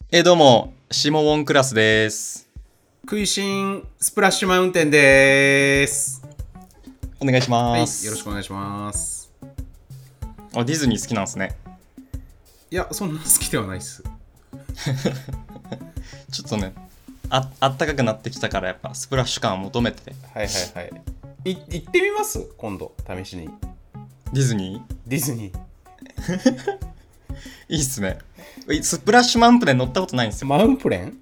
どうも、シモウォンクラスです。 食いしんスプラッシュマウンテンでーす。 お願いしはい、よます。 ろしくお願いします。 ディズニー好きなんですね。 いや、そんな好きではないっす。 ちょっとね、あったかくなってきたからやっぱスプラッシュ感を求めて。 はいはいはい。行ってみます今度、試しに。 ディズニーディズニー。 いいっすね。スプラッシュマウンテン乗ったことないんですよ。 マウンプレン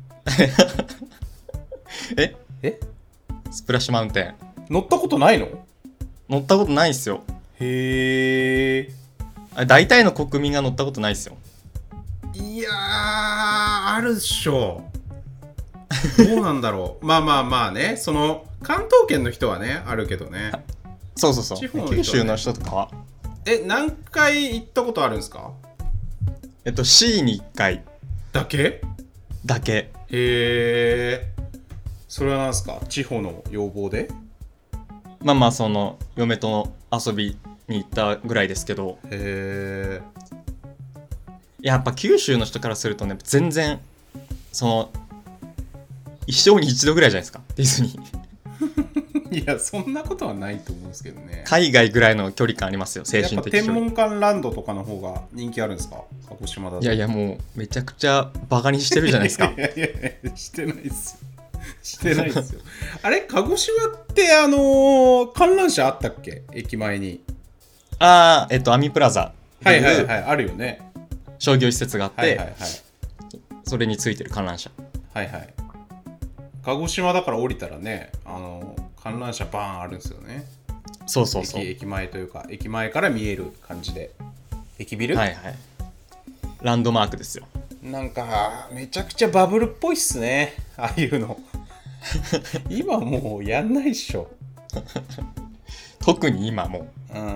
ええスプラッシュマウンテン。 乗ったことないの？ 乗ったことないっすよ。 へー。 大体の国民が乗ったことないっすよ。 いやー、あるっしょ。どうなんだろう。まあね、その、関東圏の人はね、あるけどね。 そうそうそう。 地方の人はね九州の人とかは何回行ったことあるんですか C に1回だけ？ だけ。 へー。それは何すか？地方の要望で？ まあその嫁と遊びに行ったぐらいですけど、 へやっぱ九州の人からするとね、全然その一生に一度ぐらいじゃないですか、ディズニー。 ー。いや、そんなことはないと思うんですけどね。 海外ぐらいの距離感ありますよ、精やっぱ神的距離。 天文館ランドとかの方が人気あるんですか？鹿児島だと。 いやいや、もうめちゃくちゃバカにしてるじゃないですか。 いやいやいや、してないっすよ。してないっすよ。あれ鹿児島って観覧車あったっけ？駅前に。 アミプラザってはいはいいうはい、あるよね。 商業施設があって、 はいはいはい。 それについてる観覧車。 はいはい。鹿児島だから降りたらね、観覧車バーンあるんですよね。 そうそうそう。 駅前というか、駅前から見える感じで。駅ビル？ はいはい。ランドマークですよ。 なんかめちゃくちゃバブルっぽいっすね、ああいうの。今もうやんないっしょ。 特に今も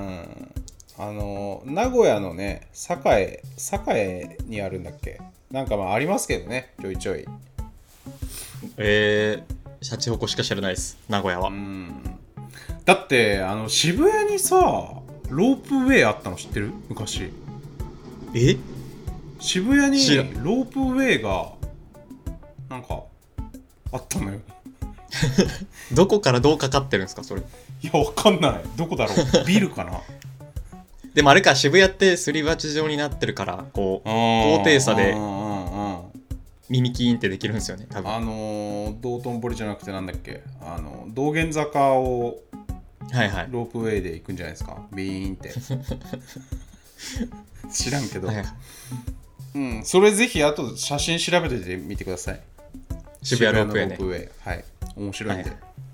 名古屋のね、栄にあるんだっけ？なんかまあありますけどね、ちょいちょい。 シャチホコしか知らないです、名古屋は。 だって渋谷にさ、ロープウェイあったの知ってる？昔。渋谷にロープウェイがなんかあったのよ。 どこからどうかかってるんですか、それ。 いや、わかんない。どこだろう。ビルかな。 でもあれか、渋谷ってすり鉢状になってるから、こう高低差で耳キーンってできるんですよね、多分。 道頓堀じゃなくてなんだっけ、道玄坂をはいはい。 ロープウェイで行くんじゃないですか、ビーンって。知らんけど、 はいはい、 それぜひ後で写真調べてみてください。 渋谷ロープウェイね。 渋谷のロープウェイ、はい、面白いんで、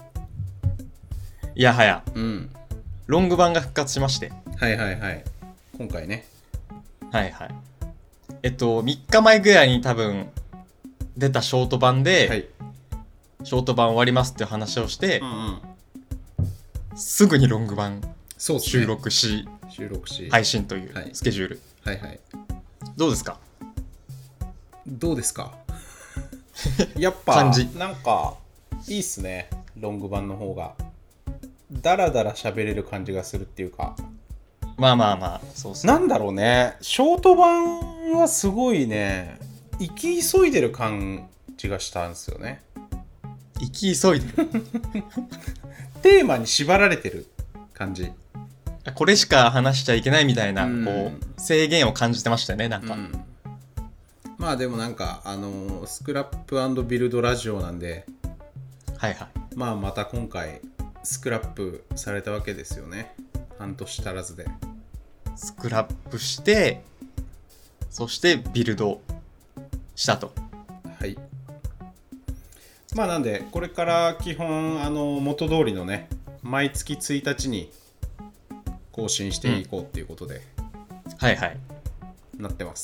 いやはや、ロング版が復活しまして、 はいはいはい、今回ね。 はいはい。3日前ぐらいに多分出たショート版で、 はい、 ショート版終わりますっていう話をして、すぐにロング版収録し、配信というスケジュール。 はいはい。 どうですか？ どうですか？やっぱなんかいいっすね、ロング版の方が。ダラダラ喋れる感じがするっていうか。 まあそうっすね。 なんだろうね、ショート版はすごいね、生き急いでる感じがしたんですよね。 生き急いでるテーマに縛られてる感じ。 これしか話しちゃいけないみたいな、こう制限を感じてましたよね、なんか。 まあでもなんかスクラップ&ビルドラジオなんで、 はいはい。 まあまた今回スクラップされたわけですよね、半年足らずで。 スクラップして、そしてビルドしたと。 はい。まあなんでこれから基本元通りのね、毎月1日に更新していこうっていうことで、 はいはい、 なってます。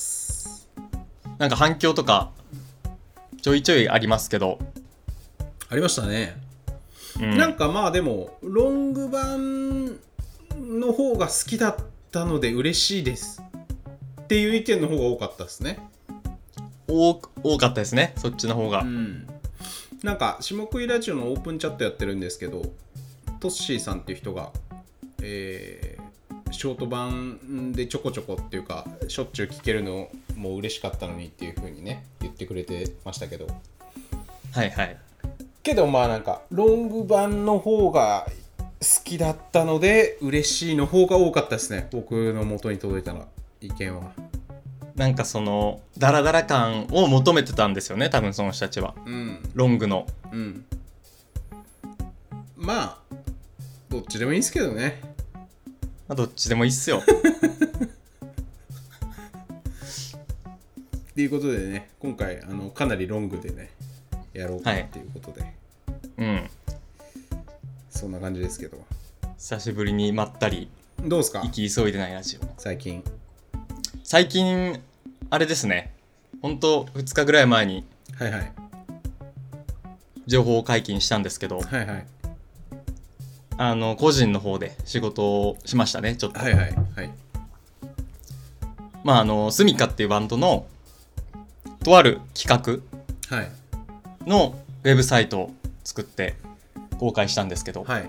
なんか反響とかちょいちょいありますけど。 ありましたね。なんかまあでもロング版の方が好きだったので嬉しいですっていう意見の方が多かったですね。 多かったですね、そっちの方が。 なんか下食いラジオのオープンチャットやってるんですけど、トッシーさんっていう人が、ショート版でちょこちょこっていうかしょっちゅう聞けるのをもう嬉しかったのにっていう風にね言ってくれてましたけど、 はいはい。 けどまあなんかロング版の方が好きだったので嬉しいの方が多かったですね、僕の元に届いたの意見は。 なんかそのダラダラ感を求めてたんですよね、多分その人たちは、 うん、 ロングの、 うん、まあどっちでもいいんですけどね。 まあ、どっちでもいいっすよっていうことでね、今回かなりロングでねやろうかなっていうことで、はい、 うん、 そんな感じですけど、 久しぶりにまったりどうですか、 生き急いでないラジオ。最近あれですね、ほんと2日ぐらい前にはいはい情報解禁したんですけど、 はいはい、 個人の方で仕事をしましたね、ちょっと。 はいはいはい。 まあスミカっていうバンドのとある企画のウェブサイトを作って公開したんですけど、 はい、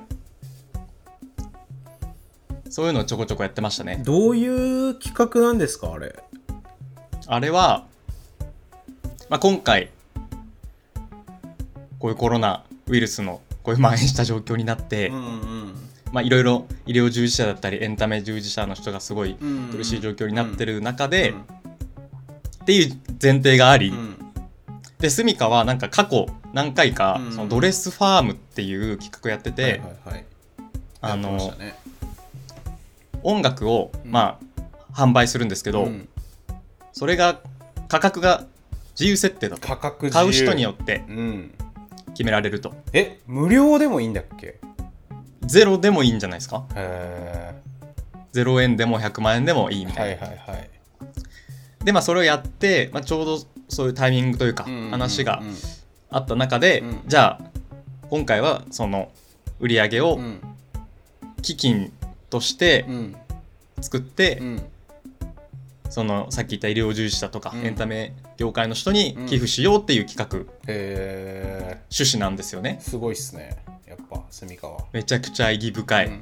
そういうのをちょこちょこやってましたね。 どういう企画なんですか、 あれは、まあ、今回こういうコロナウイルスのこういう蔓延した状況になって、まあいろいろ医療従事者だったりエンタメ従事者の人がすごい苦しい状況になってる中で、っていう前提があり、でスミカはなんか過去何回かそのドレスファームっていう企画やってて、音楽をまあ販売するんですけど、それが価格が自由設定だと、買う人によって決められると。 無料でもいいんだっけ？ ゼロでもいいんじゃないですか。 へ 0円でも100万円でもいいみたいな。 はいはいはい。 でまあそれをやって、まあ、ちょうどそういうタイミングというか話があった中で、じゃあ今回はその売り上げを基金として作って、そのさっき言った医療従事者とかエンタメ業界の人に寄付しようっていう企画、趣旨なんですよね。 すごいっすね、やっぱスミカはめちゃくちゃ意義深い、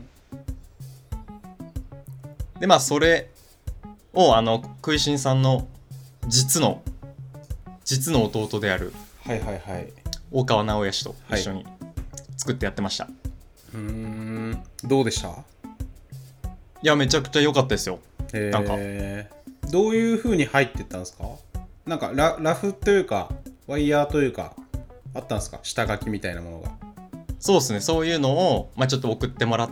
でまあそれを食いしんさんの実の弟である大川直哉氏と一緒に作ってやってました。 どうでした？ いやめちゃくちゃ良かったですよ。なんかどういう風に入ってったんですか？なんかラフというかワイヤーというかあったんですか？下書きみたいなものが。 そうですね、そういうのを、まあ、ちょっと送ってもらって、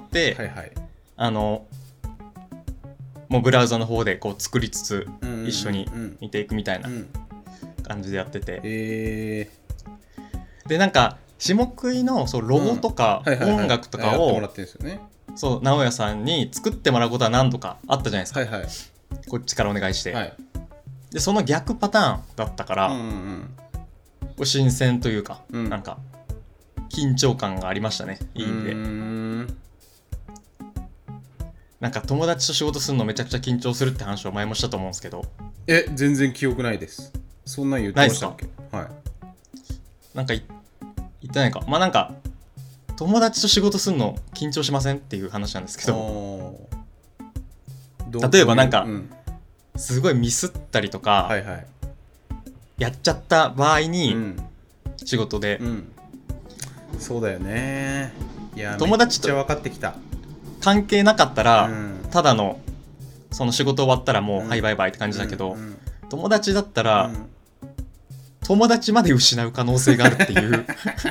もうブラウザの方でこう作りつつ一緒に見ていくみたいな感じでやってて、でなんか下食いのそうロゴとか音楽とかをそう直哉さんに作ってもらうことは何度かあったじゃないですか、こっちからお願いして、でその逆パターンだったから、新鮮というか、なんか緊張感がありましたね、いい意味で。なんか友達と仕事するのめちゃくちゃ緊張するって話を前もしたと思うんですけど。 全然記憶ないです。そんなん言ってましたっけ？はい。 なんか言ってないか。まあなんか友達と仕事するの緊張しませんっていう話なんですけど、例えばなんか、すごいミスったりとか、やっちゃった場合に、仕事で、 そうだよね。いや友達とめっちゃ分かってきた。 関係なかったら、ただのその仕事終わったらもう、はいバイバイって感じだけど、友達だったら、友達まで失う可能性があるっていう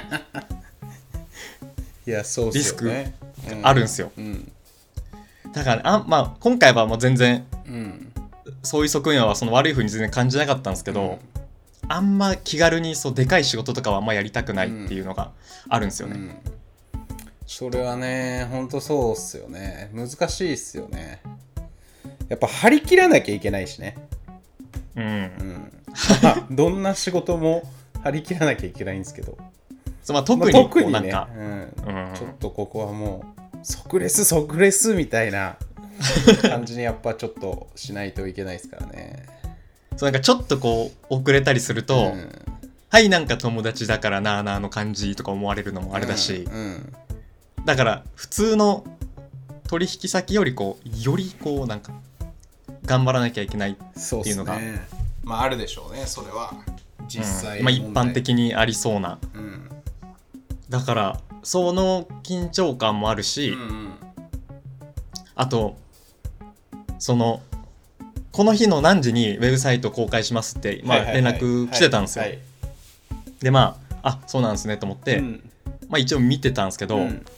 いやそうっすよね、 リスクあるんですよ、だからまあ今回はもう全然、そういう側面はその悪い風に全然感じなかったんですけど、あんま気軽にそうでかい仕事とかはあんまやりたくないっていうのがあるんですよね、 それはねほんとそうっすよね。難しいっすよね。やっぱ張り切らなきゃいけないしね。どんな仕事も張り切らなきゃいけないんですけど、 特になんか、 ちょっとここはもう即レスみたいな感じにやっぱちょっとしないといけないですからね。 なんかちょっとこう遅れたりすると、はいなんか友達だからなあなあの感じとか思われるのもあれだし、だから普通の取引先よりこうよりこうなんか頑張らなきゃいけないっていうのがまああるでしょうね、それは実際、 一般的にありそうな、だからその緊張感もあるし、あとこの日の何時にウェブサイト公開しますって、連絡来てたんですよ。でそうなんですねと思って、一応見てたんですけど、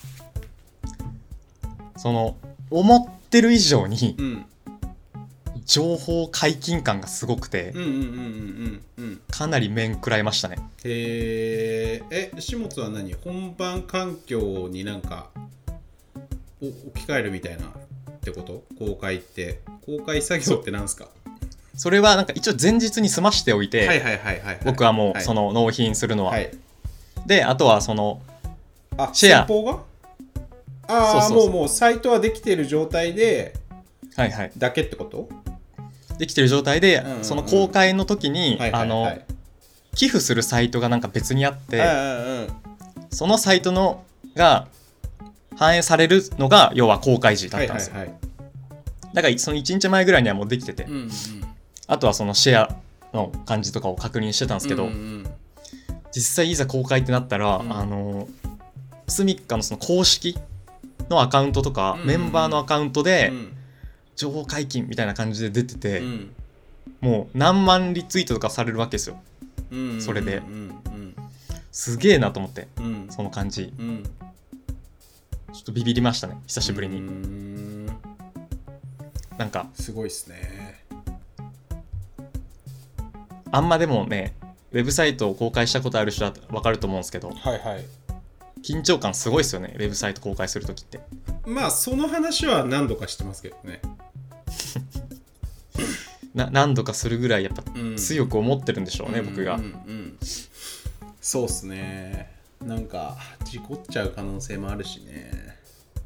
思ってる以上に、情報解禁感がすごくて、かなり面食らいましたね。 始末は何、本番環境になんか置き換えるみたいなってこと？公開作業ってなんですか？ それはなんか一応前日に済ましておいて、僕はもうその納品するのは、であとはシェア先方がもうサイトはできてる状態でだけってこと？ できてる状態で、その公開の時に寄付するサイトがなんか別にあって、そのサイトのが反映されるのが要は公開時だったんですよ。だからその1日前ぐらいにはもうできてて、あとはそのシェアの感じとかを確認してたんですけど、実際いざ公開ってなったら、スミッカのその公式のアカウントとか、メンバーのアカウントで情報解禁みたいな感じで出てて、もう何万リツイートとかされるわけですよ。それですげえなと思って、その感じ、ちょっとビビりましたね、久しぶりに。なんかすごいっすね。 あんまでもね、ウェブサイトを公開したことある人は分かると思うんですけど、緊張感すごいですよね、ウェブサイト公開するときって。 まあその話は何度かしてますけどね。 何度かするぐらいやっぱ強く思ってるんでしょうね、僕が。 そうっすね。なんか事故っちゃう可能性もあるしね。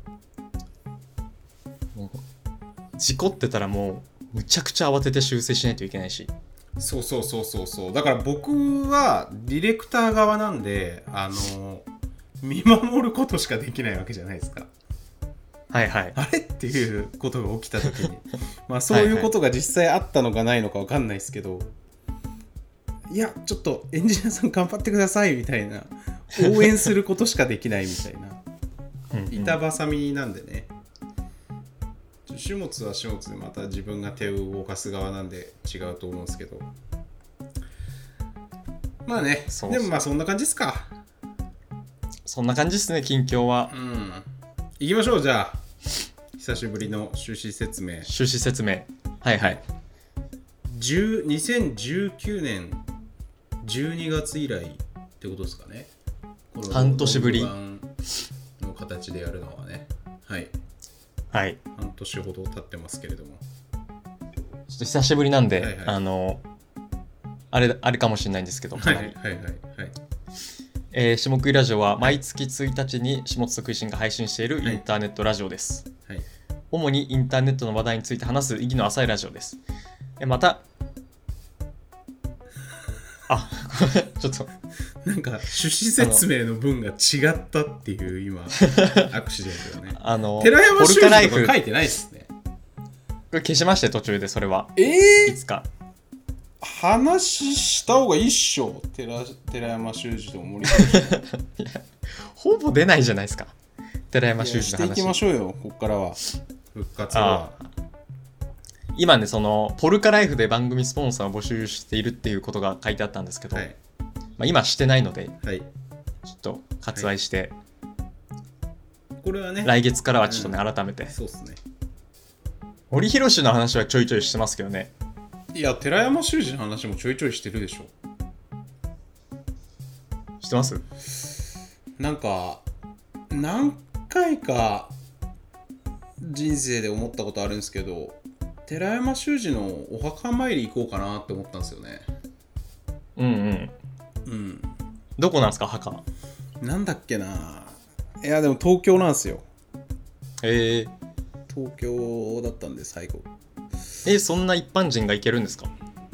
事故ってたらもうむちゃくちゃ慌てて修正しないといけないし。 そうだから僕はディレクター側なんで、見守ることしかできないわけじゃないですか。あれっていうことが起きた時にまあそういうことが実際あったのかないのか分かんないですけど、いやちょっとエンジニアさん頑張ってくださいみたいな、応援することしかできないみたいな板挟みなんでね。始末は始末でまた自分が手を動かす側なんで違うと思うんですけど、まあね、でもまあそんな感じですか。 そんな感じですね、近況は。 行きましょう。じゃあ久しぶりの趣旨説明。2019年12月以来ってことですかね。この半年ぶりの形でやるのはね。半年ほど経ってますけれども、 ちょっと久しぶりなんで、あれかもしれないんですけど、かなり下食いラジオは毎月1日に下津食いしんが配信しているインターネットラジオです。主にインターネットの話題について話す意義の浅いラジオです。またちょっとなんか趣旨説明の文が違ったっていう今アクシデントがね。寺山修司とか書いてないですね。 これ消しまして途中で。それいつか話した方がいいっしょ。寺山修司と森田ほぼ出ないじゃないですか、寺山修司の話。 していきましょうよ、ここからは。復活は今ね、そのポルカライフで番組スポンサーを募集しているっていうことが書いてあったんですけど、今してないので、ちょっと割愛して、 これはね、 来月からはちょっとね、改めて。 そうですね。 森博の話はちょいちょいしてますけどね。 いや、寺山修司の話もちょいちょいしてるでしょ。 知ってます？ なんか何回か人生で思ったことあるんですけど、寺山修司のお墓参り行こうかなって思ったんですよね。 どこなんですか、墓。 なんだっけな。いやでも東京なんですよ。東京だったんで最後。 そんな一般人が行けるんですか？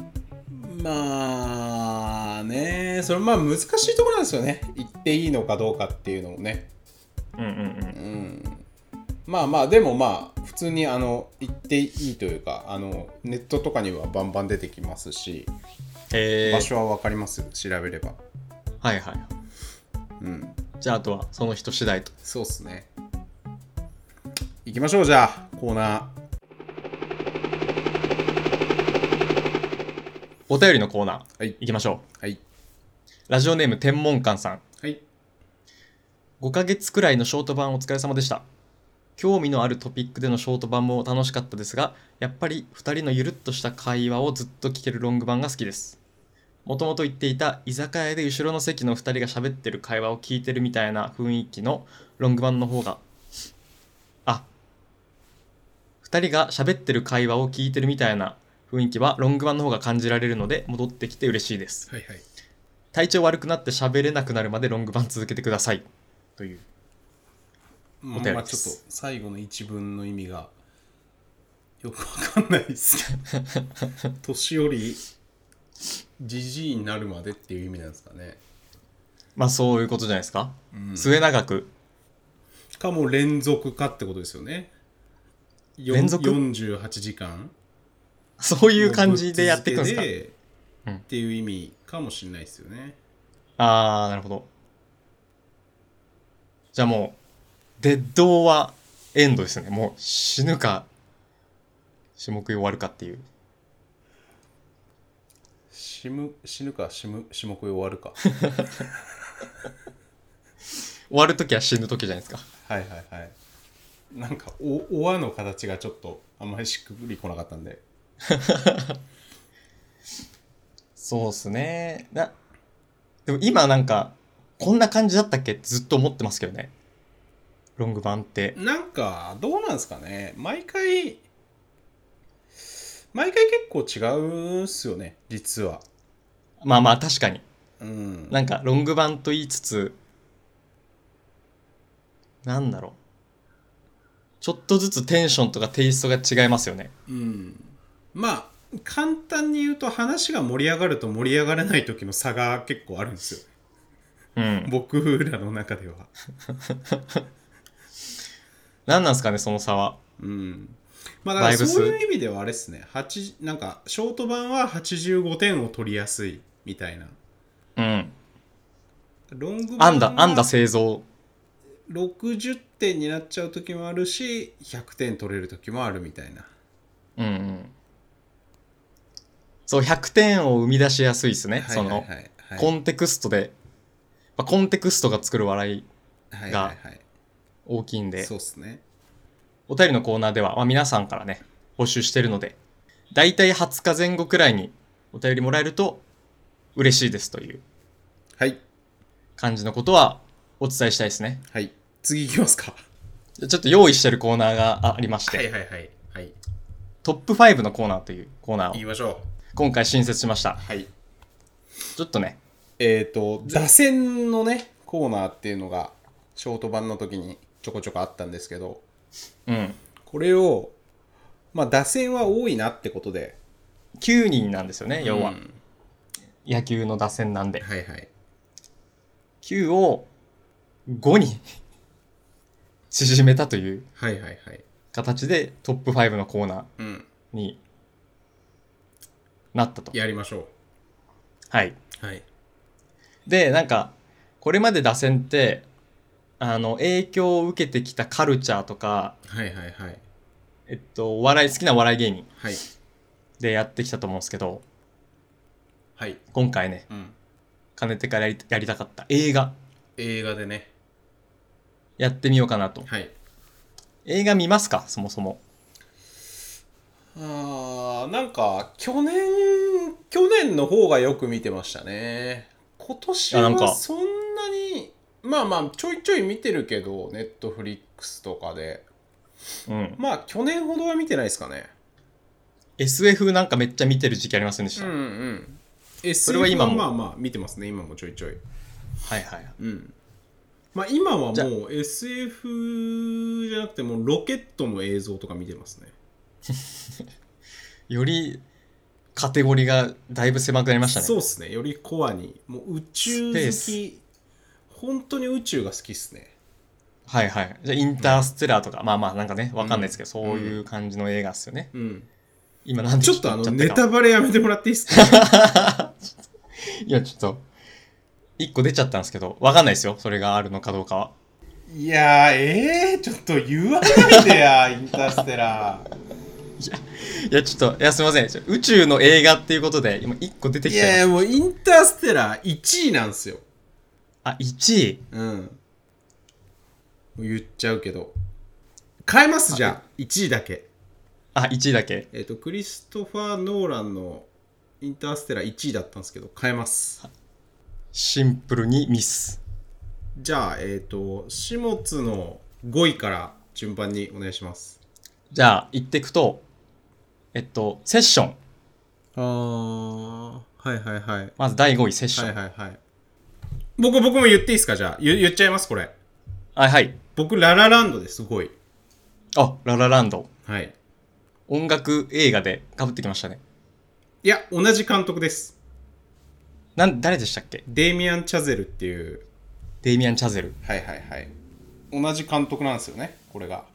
まあね、それまあ難しいところなんですよね。行っていいのかどうかっていうのもね。 まあまあでもまあ普通に言っていいというかネットとかにはバンバン出てきますし、場所は分かりますよ、調べれば。 はいはい。うん。じゃああとはその人次第と。 そうっすね。行きましょう。じゃあコーナー。 お便りのコーナー、 はい、 行きましょう。はい。 ラジオネーム天文館さん。 はい。 5ヶ月くらいのショート版お疲れ様でした。興味のあるトピックでのショート版も楽しかったですが、やっぱり2人のゆるっとした会話をずっと聞けるロング版が好きです。もともと言っていた居酒屋で後ろの席の2人が喋ってる会話を聞いてるみたいな雰囲気のロング版の方が、2人が喋ってる会話を聞いてるみたいな雰囲気はロング版の方が感じられるので戻ってきて嬉しいです。 はいはい。 体調悪くなって喋れなくなるまでロング版続けてくださいというお便りです。 まあちょっと最後の一文の意味がよくわかんないです年寄りじじいになるまでっていう意味なんですかね。 まあそういうことじゃないですか、末永くかも連続かってことですよね。 連続 48時間そういう感じでやっていくんですか、 っていう意味かもしれないですよね。 ああ、なるほど。じゃあもうデッドはエンドですね。もう死ぬか種目終わるかっていう。 死ぬか種目終わるか終わるときは死ぬときじゃないですか。 はいはいはい。なんかおわの形がちょっとあんまりしっくりこなかったんでそうっすね。でも今なんかこんな感じだったっけってずっと思ってますけどね、ロング版って。 なんかどうなんですかね、毎回結構違うっすよね実は。 まあまあ確かに、 なんかロング版と言いつつなんだろう、ちょっとずつテンションとかテイストが違いますよね。 まあ簡単に言うと話が盛り上がると盛り上がれない時の差が結構あるんですよ、僕らの中では何なんですかねその差は。 まあだからそういう意味ではあれですね、なんかショート版は85点を取りやすいみたいな。ロング版は安打製造 60点になっちゃう時もあるし100点取れる時もあるみたいな。 そう100点を生み出しやすいですね、そのコンテクストで、コンテクストが作る笑いが大きいんで、 そうっすね。 お便りのコーナーでは、皆さんからね募集してるので、だいたい20日前後くらいにお便りもらえると嬉しいですという感じのことはお伝えしたいですね。 はい、次いきますか。 ちょっと用意してるコーナーがありまして、トップ5のコーナーというコーナーを言いましょう。 今回新設しました。ちょっとね打線のねコーナーっていうのがショート版の時にちょこちょこあったんですけど、これを打線は多いなってことで 9人なんですよね、要は野球の打線なんで、9を5に縮めたという形でトップ5のコーナーになったと。 やりましょう。 でなんかこれまで打線って影響を受けてきたカルチャーとか、好きな笑い芸人でやってきたと思うんですけど、今回ね、かねてからやりたかった映画でねやってみようかなと。映画見ますかそもそも。 なんか去年の方がよく見てましたね。今年はそんなにちょいちょい見てるけど、ネットフリックスとかで、去年ほどは見てないですかね。 SF なんかめっちゃ見てる時期ありませんでした？ それは今も見てますね。今もちょいちょい。今はもう SF じゃなくてもうロケットの映像とか見てますねよりカテゴリーがだいぶ狭くなりましたね。 そうですね、よりコアにもう宇宙好き、本当に宇宙が好きっすね。 はいはい。じゃあインターステラーとか、まあまあなんかね、わかんないですけど、そういう感じの映画っすよね。今なんでちょっとネタバレやめてもらっていいですか？ いや、ちょっと、一個出ちゃったんですけど、わかんないですよ。それがあるのかどうかは。 いやー、ちょっと言わないでや、インターステラー。 いや、ちょっと、いや、すいません。宇宙の映画っていうことで、今一個出てきちゃいました。 いや、もうインターステラー1位なんですよ。 あ、1位？ うん。言っちゃうけど。変えます、じゃあ。1位だけ。 あ、1位だけ。 クリストファー・ノーランのインターステラー1位だったんですけど、変えます。 シンプルにミス。 じゃあ、始末の5位から順番にお願いします。 じゃあ、言っていくと、セッション。 はいはいはい。 まず第5位、セッション。 はいはいはい。僕も言っていいですか？じゃあ、言っちゃいます、これ。 はい。 僕、ララランドですごい。 あ、ララランド。 はい。 音楽映画で被ってきましたね。 いや、同じ監督です。 誰でしたっけ？ デイミアン・チャゼルっていう。 デイミアン・チャゼル。 はいはいはい。同じ監督なんですよね、これが。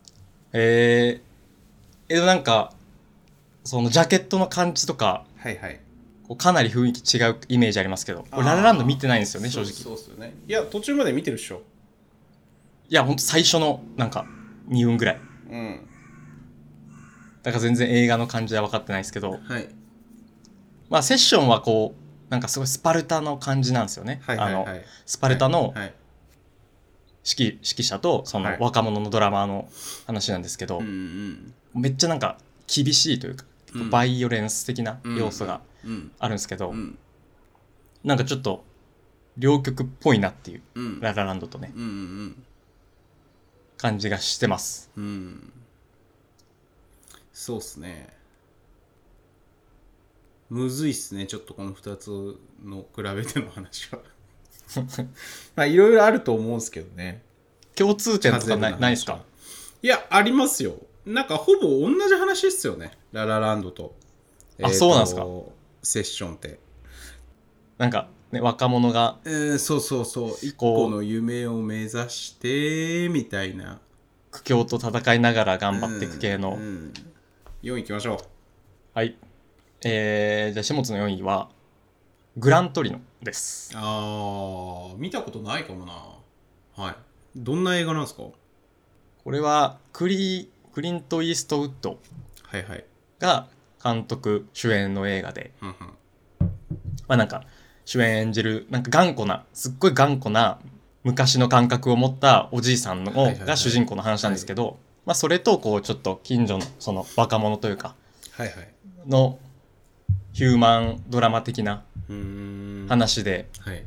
なんか、そのジャケットの感じとか、 はいはい。 こうかなり雰囲気違うイメージありますけど、ララランド見てないんですよね、正直。 そうっすよね。いや、途中まで見てるっしょ。 いや、ほんと最初の、なんか、2分ぐらい。 うん。 だから全然映画の感じは分かってないですけど、 はい。 まあ、セッションはこう、なんかすごいスパルタの感じなんですよね。 はいはいはい。 スパルタのはい。 指揮者とその若者のドラマーの話なんですけど、めっちゃなんか厳しいというか、バイオレンス的な要素があるんですけど、なんかちょっと両極っぽいなっていう、ララランドとね、感じがしてます。 そうっすね。むずいっすね、ちょっとこの2つの比べての話は。まあいろいろあると思うんですけどね。 共通点とかないですか？ いや、ありますよ。なんかほぼ同じ話っすよね、ララランドと。 そうなんですか？ セッションって。 なんか、ね、若者が、 そう一個の夢を目指してみたいな。 苦境と戦いながら頑張っていく系の。 4位いきましょう。 はい。じゃあ、始末の4位は、グラントリノです。 見たことないかもな。はい。どんな映画なんですか？ これはクリント・イーストウッドが監督主演の映画で、まあなんか主演演じるなんかすっごい頑固な昔の感覚を持ったおじいさんのが主人公の話なんですけど、まあそれとこうちょっと近所のその若者というかのヒューマンドラマ的な話で、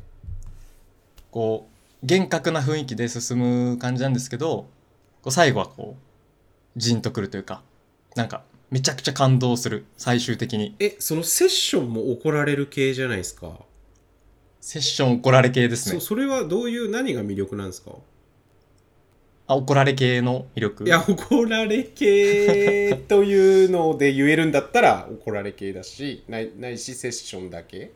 こう厳格な雰囲気で進む感じなんですけど、こう最後はこうジンとくるというか、なんかめちゃくちゃ感動する、最終的に。 そのセッションも怒られる系じゃないですか。 セッション怒られ系ですね。 それは何が魅力なんですか？ 怒られ系の魅力？ いや、怒られ系というので言えるんだったら怒られ系だし、ないしセッションだけ。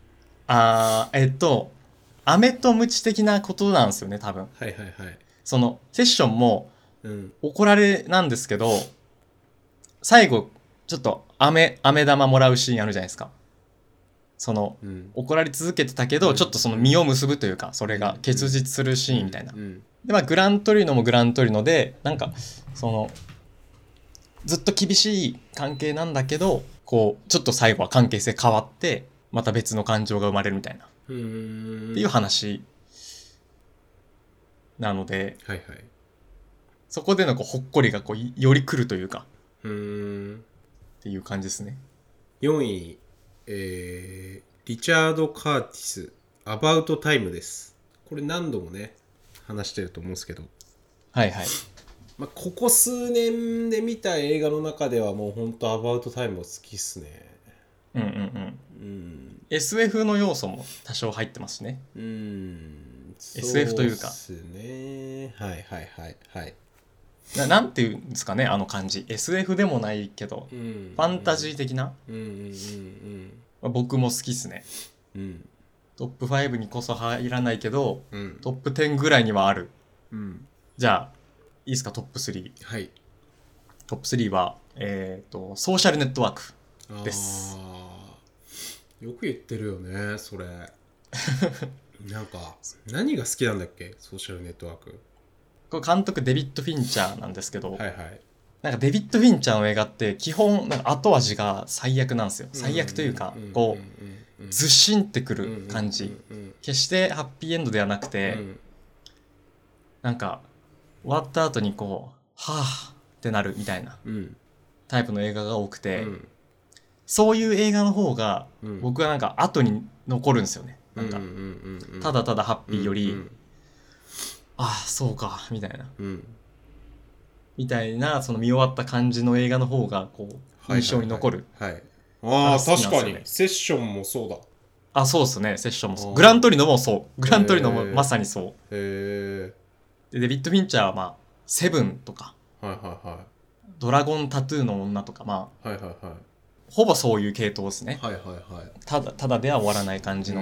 飴とムチ的なことなんですよね、多分。そのセッションも怒られなんですけど、最後ちょっと飴玉もらうシーンあるじゃないですか。その、怒られ続けてたけど、ちょっとその実を結ぶというか、それが結実するシーンみたいな。でまあグラントリノもグラントリノで、なんかそのずっと厳しい関係なんだけど、こうちょっと最後は関係性変わってまた別の感情が生まれるみたいなっていう話なので、そこでのこうほっこりがこうより来るというかっていう感じですね。 4位、リチャード・カーティスアバウトタイムです。これ何度もね話してると思うんですけど、まあ、ここ数年で見た映画の中ではもうほんとアバウトタイム好きっすね。 SF の要素も多少入ってますね。SF というか。 そうですね。 なんていうんですかね、あの感じ。SF でもないけど、ファンタジー的な。僕も好きっすね。トップ5にこそ入らないけど、トップ10ぐらいにはあるじゃあいいですか、トップ3。 はい。 トップ3はソーシャルネットワークです。 よく言ってるよねそれ。なんか何が好きなんだっけ、ソーシャルネットワーク。 これ監督デビッド・フィンチャーなんですけど、 はいはい。 なんかデビッド・フィンチャーの映画って基本なんか後味が最悪なんですよ。最悪というかこうずっしんってくる感じ。決してハッピーエンドではなくて、なんか終わった後にこうはぁってなるみたいなタイプの映画が多くて、そういう映画の方が僕はなんか後に残るんですよね。なんかただただハッピーより、ああそうかみたいな、みたいなその見終わった感じの映画の方がこう印象に残る。 ああ確かにセッションもそうだ。 あ、そうですね。セッションもそう。グラントリノもそう。グラントリノもまさにそう。でデビッド・フィンチャーはまあセブンとか、ドラゴンタトゥーの女とか、まあ、ほぼそういう系統ですね。ただでは終わらない感じの。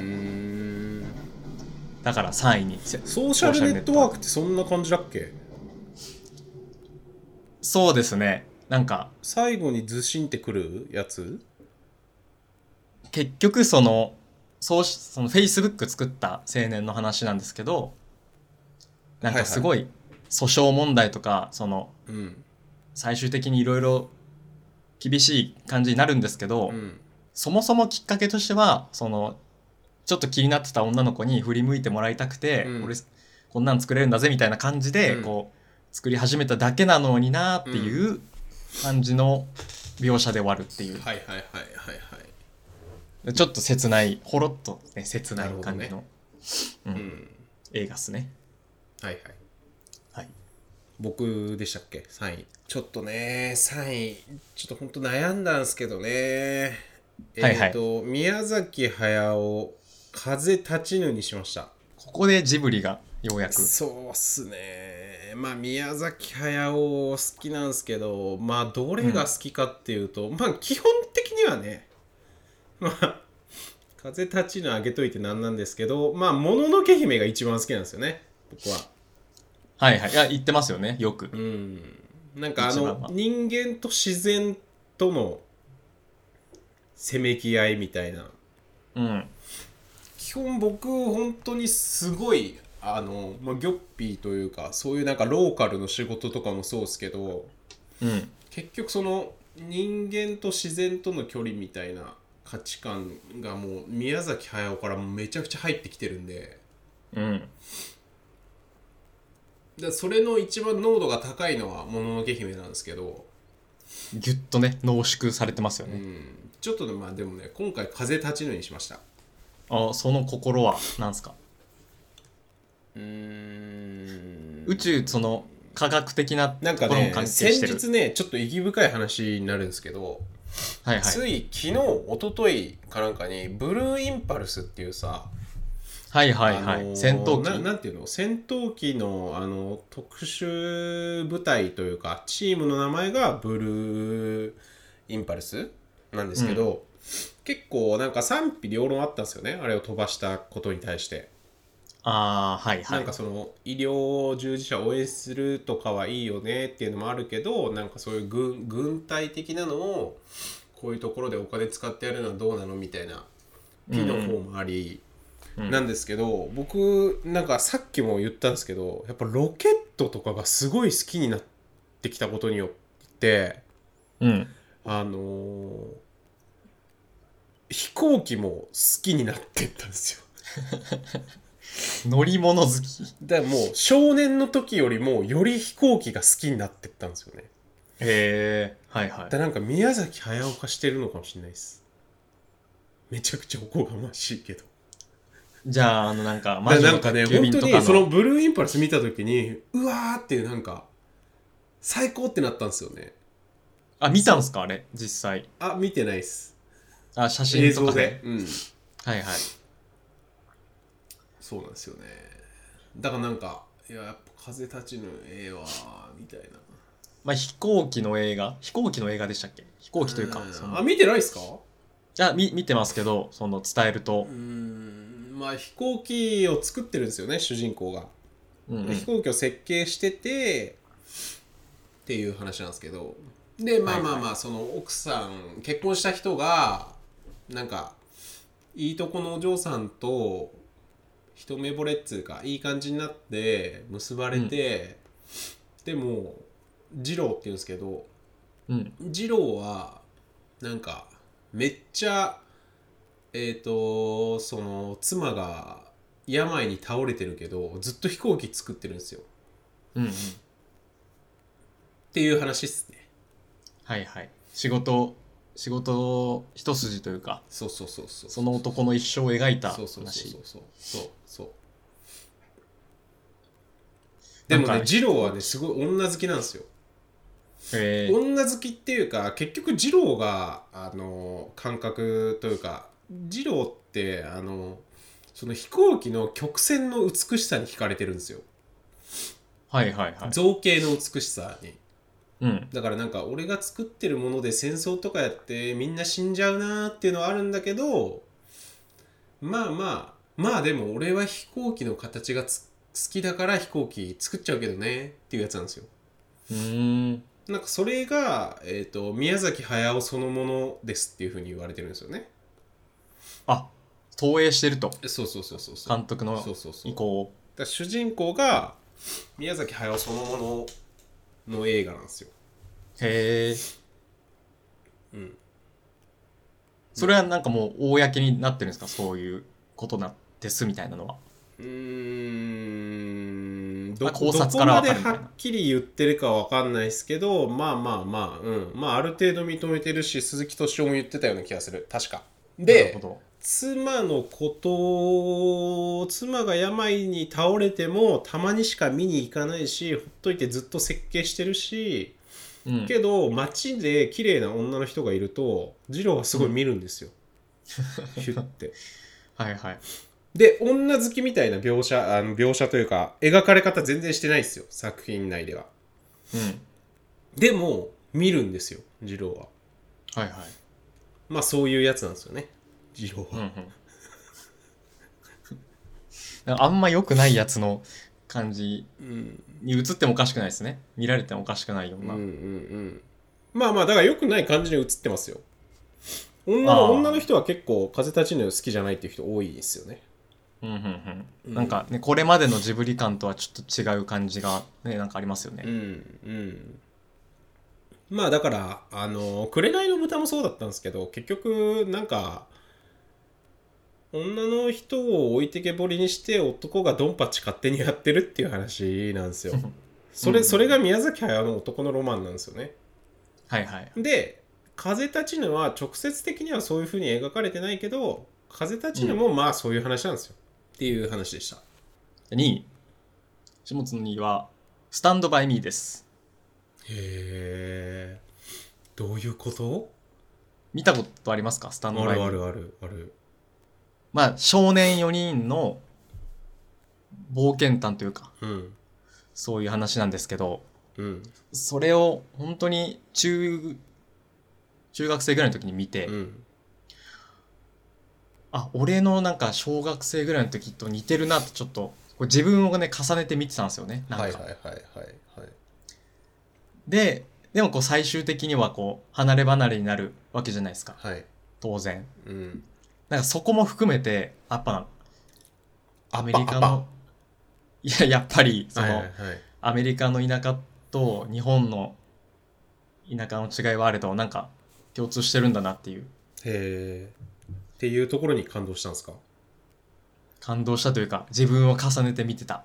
だから3位に。 ソーシャルネットワークってそんな感じだっけ？ そうですね。なんか最後にずしんってくるやつ？ 結局そのFacebook 作った青年の話なんですけど、なんかすごい訴訟問題とかその、最終的にいろいろ厳しい感じになるんですけど、そもそもきっかけとしてはそのちょっと気になってた女の子に振り向いてもらいたくて、俺こんなん作れるんだぜみたいな感じでこう作り始めただけなのになっていう感じの描写で終わるっていう。ちょっと切ない、ほろっと、ね、切ない感じの、映画っすね。 僕でしたっけ、3位。ちょっとね3位ちょっとほんと悩んだんすけどね。宮崎駿風立ちぬにしました。 ここでジブリがようやく。 そうっすね。まあ宮崎駿好きなんすけど、まあどれが好きかっていうと、まあ基本的にはね、まあ風立ちぬあげといてなんなんですけど、まあもののけ姫が一番好きなんですよね、僕は。 いや言ってますよねよく。 なんか人間と自然とのせめぎ合いみたいな。基本僕本当にすごいギョッピーというかそういうなんかローカルの仕事とかもそうですけど、結局その人間と自然との距離みたいな価値観がもう宮崎駿からもめちゃくちゃ入ってきてるんで、それの一番濃度が高いのはもののけ姫なんですけど、 ギュッとね濃縮されてますよね。 ちょっとまあでもね今回風立ちぬにしました。 その心は何ですか？宇宙その科学的なところも関係してる。 先日ねちょっと意義深い話になるんですけど、つい昨日一昨日かなんかにブルーインパルスっていうさ、 戦闘機なんていうの、戦闘機の特殊部隊というかチームの名前がブルーインパルスなんですけど、結構なんか賛否両論あったんですよね、あれを飛ばしたことに対して。なんかその医療従事者を応援するとかはいいよねっていうのもあるけど、なんかそういう軍隊的なのをこういうところでお金使ってやるのはどうなのみたいなピの方もあり、なんですけど、僕なんかさっきも言ったんですけど、やっぱロケットとかがすごい好きになってきたことによって、飛行機も好きになっていったんですよ。 乗り物好きだからもう少年の時よりもより飛行機が好きになっていったんですよね。だなんか宮崎駿化してるのかもしれないです。めちゃくちゃおこがましいけど。 じゃあなんかマジの宅急便とかの、 本当にそのブルーインパルス見た時にうわーってなんか最高ってなったんですよね。 見たんすかあれ実際？ 見てないっす。 写真とかで。 そうなんですよね。だからなんかやっぱ風立ちぬわみたいな。 飛行機の映画でしたっけ？飛行機というか見てないっすか？ 見てますけど、その伝えると飛行機を作ってるんですよね主人公が。 飛行機を設計しててっていう話なんですけど、でまあまあまあ、その奥さん結婚した人がなんかいいとこのお嬢さんと一目惚れっつうかいい感じになって結ばれて、でも次郎っていうんですけど、次郎はなんかめっちゃその妻が病に倒れてるけどずっと飛行機作ってるんですよ、っていう話っすね。 はいはい。仕事一筋というか、 そうその男の一生を描いた話。 そうでもね、次郎はねすごい女好きなんですよ。女好きっていうか結局次郎が感覚というか、次郎ってその飛行機の曲線の美しさに惹かれてるんですよ。造形の美しさに。だからなんか俺が作ってるもので戦争とかやってみんな死んじゃうなーっていうのはあるんだけど、まあでも俺は飛行機の形が好きだから飛行機作っちゃうけどねっていうやつなんですよ。なんかそれが、宮崎駿そのものですっていう風に言われてるんですよね。 あ、投影してると。 そう監督の意向を。 だ主人公が宮崎駿そのものの映画なんですよ。 へえ。それはなんかもう公になってるんですか、そういうことなんですみたいなのは。 どこまではっきり言ってるかは分かんないですけど、まあある程度認めてるし、鈴木敏夫も言ってたような気がする、確か。で、妻が病に倒れてもたまにしか見に行かないし、ほっといてずっと設計してるし、けど街で綺麗な女の人がいると次郎はすごい見るんですよ、ヒュッてで女好きみたいな描写というか描かれ方全然してないですよ、作品内では。でも見るんですよ次郎は。まあそういうやつなんですよね、次郎は。 あんま良くないやつの感じに映ってもおかしくないですね。見られてもおかしくないような。 まあだから良くない感じに映ってますよ。女の人は結構風立ちぬ好きじゃないっていう人多いですよね。 なんかね、これまでのジブリ感とはちょっと違う感じがね、なんかありますよね。 まあだから紅の豚もそうだったんですけど、結局なんか女の人を置いてけぼりにして男がドンパチ勝手にやってるっていう話なんですよ。それが宮崎駿の男のロマンなんですよね。で風立ちぬは直接的にはそういう風に描かれてないけど、風立ちぬもまあそういう話なんですよ、っていう話でした。 2位、下津の2位はスタンドバイミーです。 へえ、どういうこと？ 見たことありますか？スタンドバイミー。 ある。 まあ少年4人の冒険譚というか、そういう話なんですけど、それを本当に中学生ぐらいの時に見て、俺のなんか小学生ぐらいの時と似てるなってちょっとこれ自分をね重ねて見てたんですよね。なんかでもこう最終的にはこう離れ離れになるわけじゃないですか、当然。なんかそこも含めてやっぱアメリカのやっぱりそのアメリカの田舎と日本の田舎の違いはあれどなんか共通してるんだなっていう。 っていうところに感動したんですか？ 感動したというか自分を重ねて見てた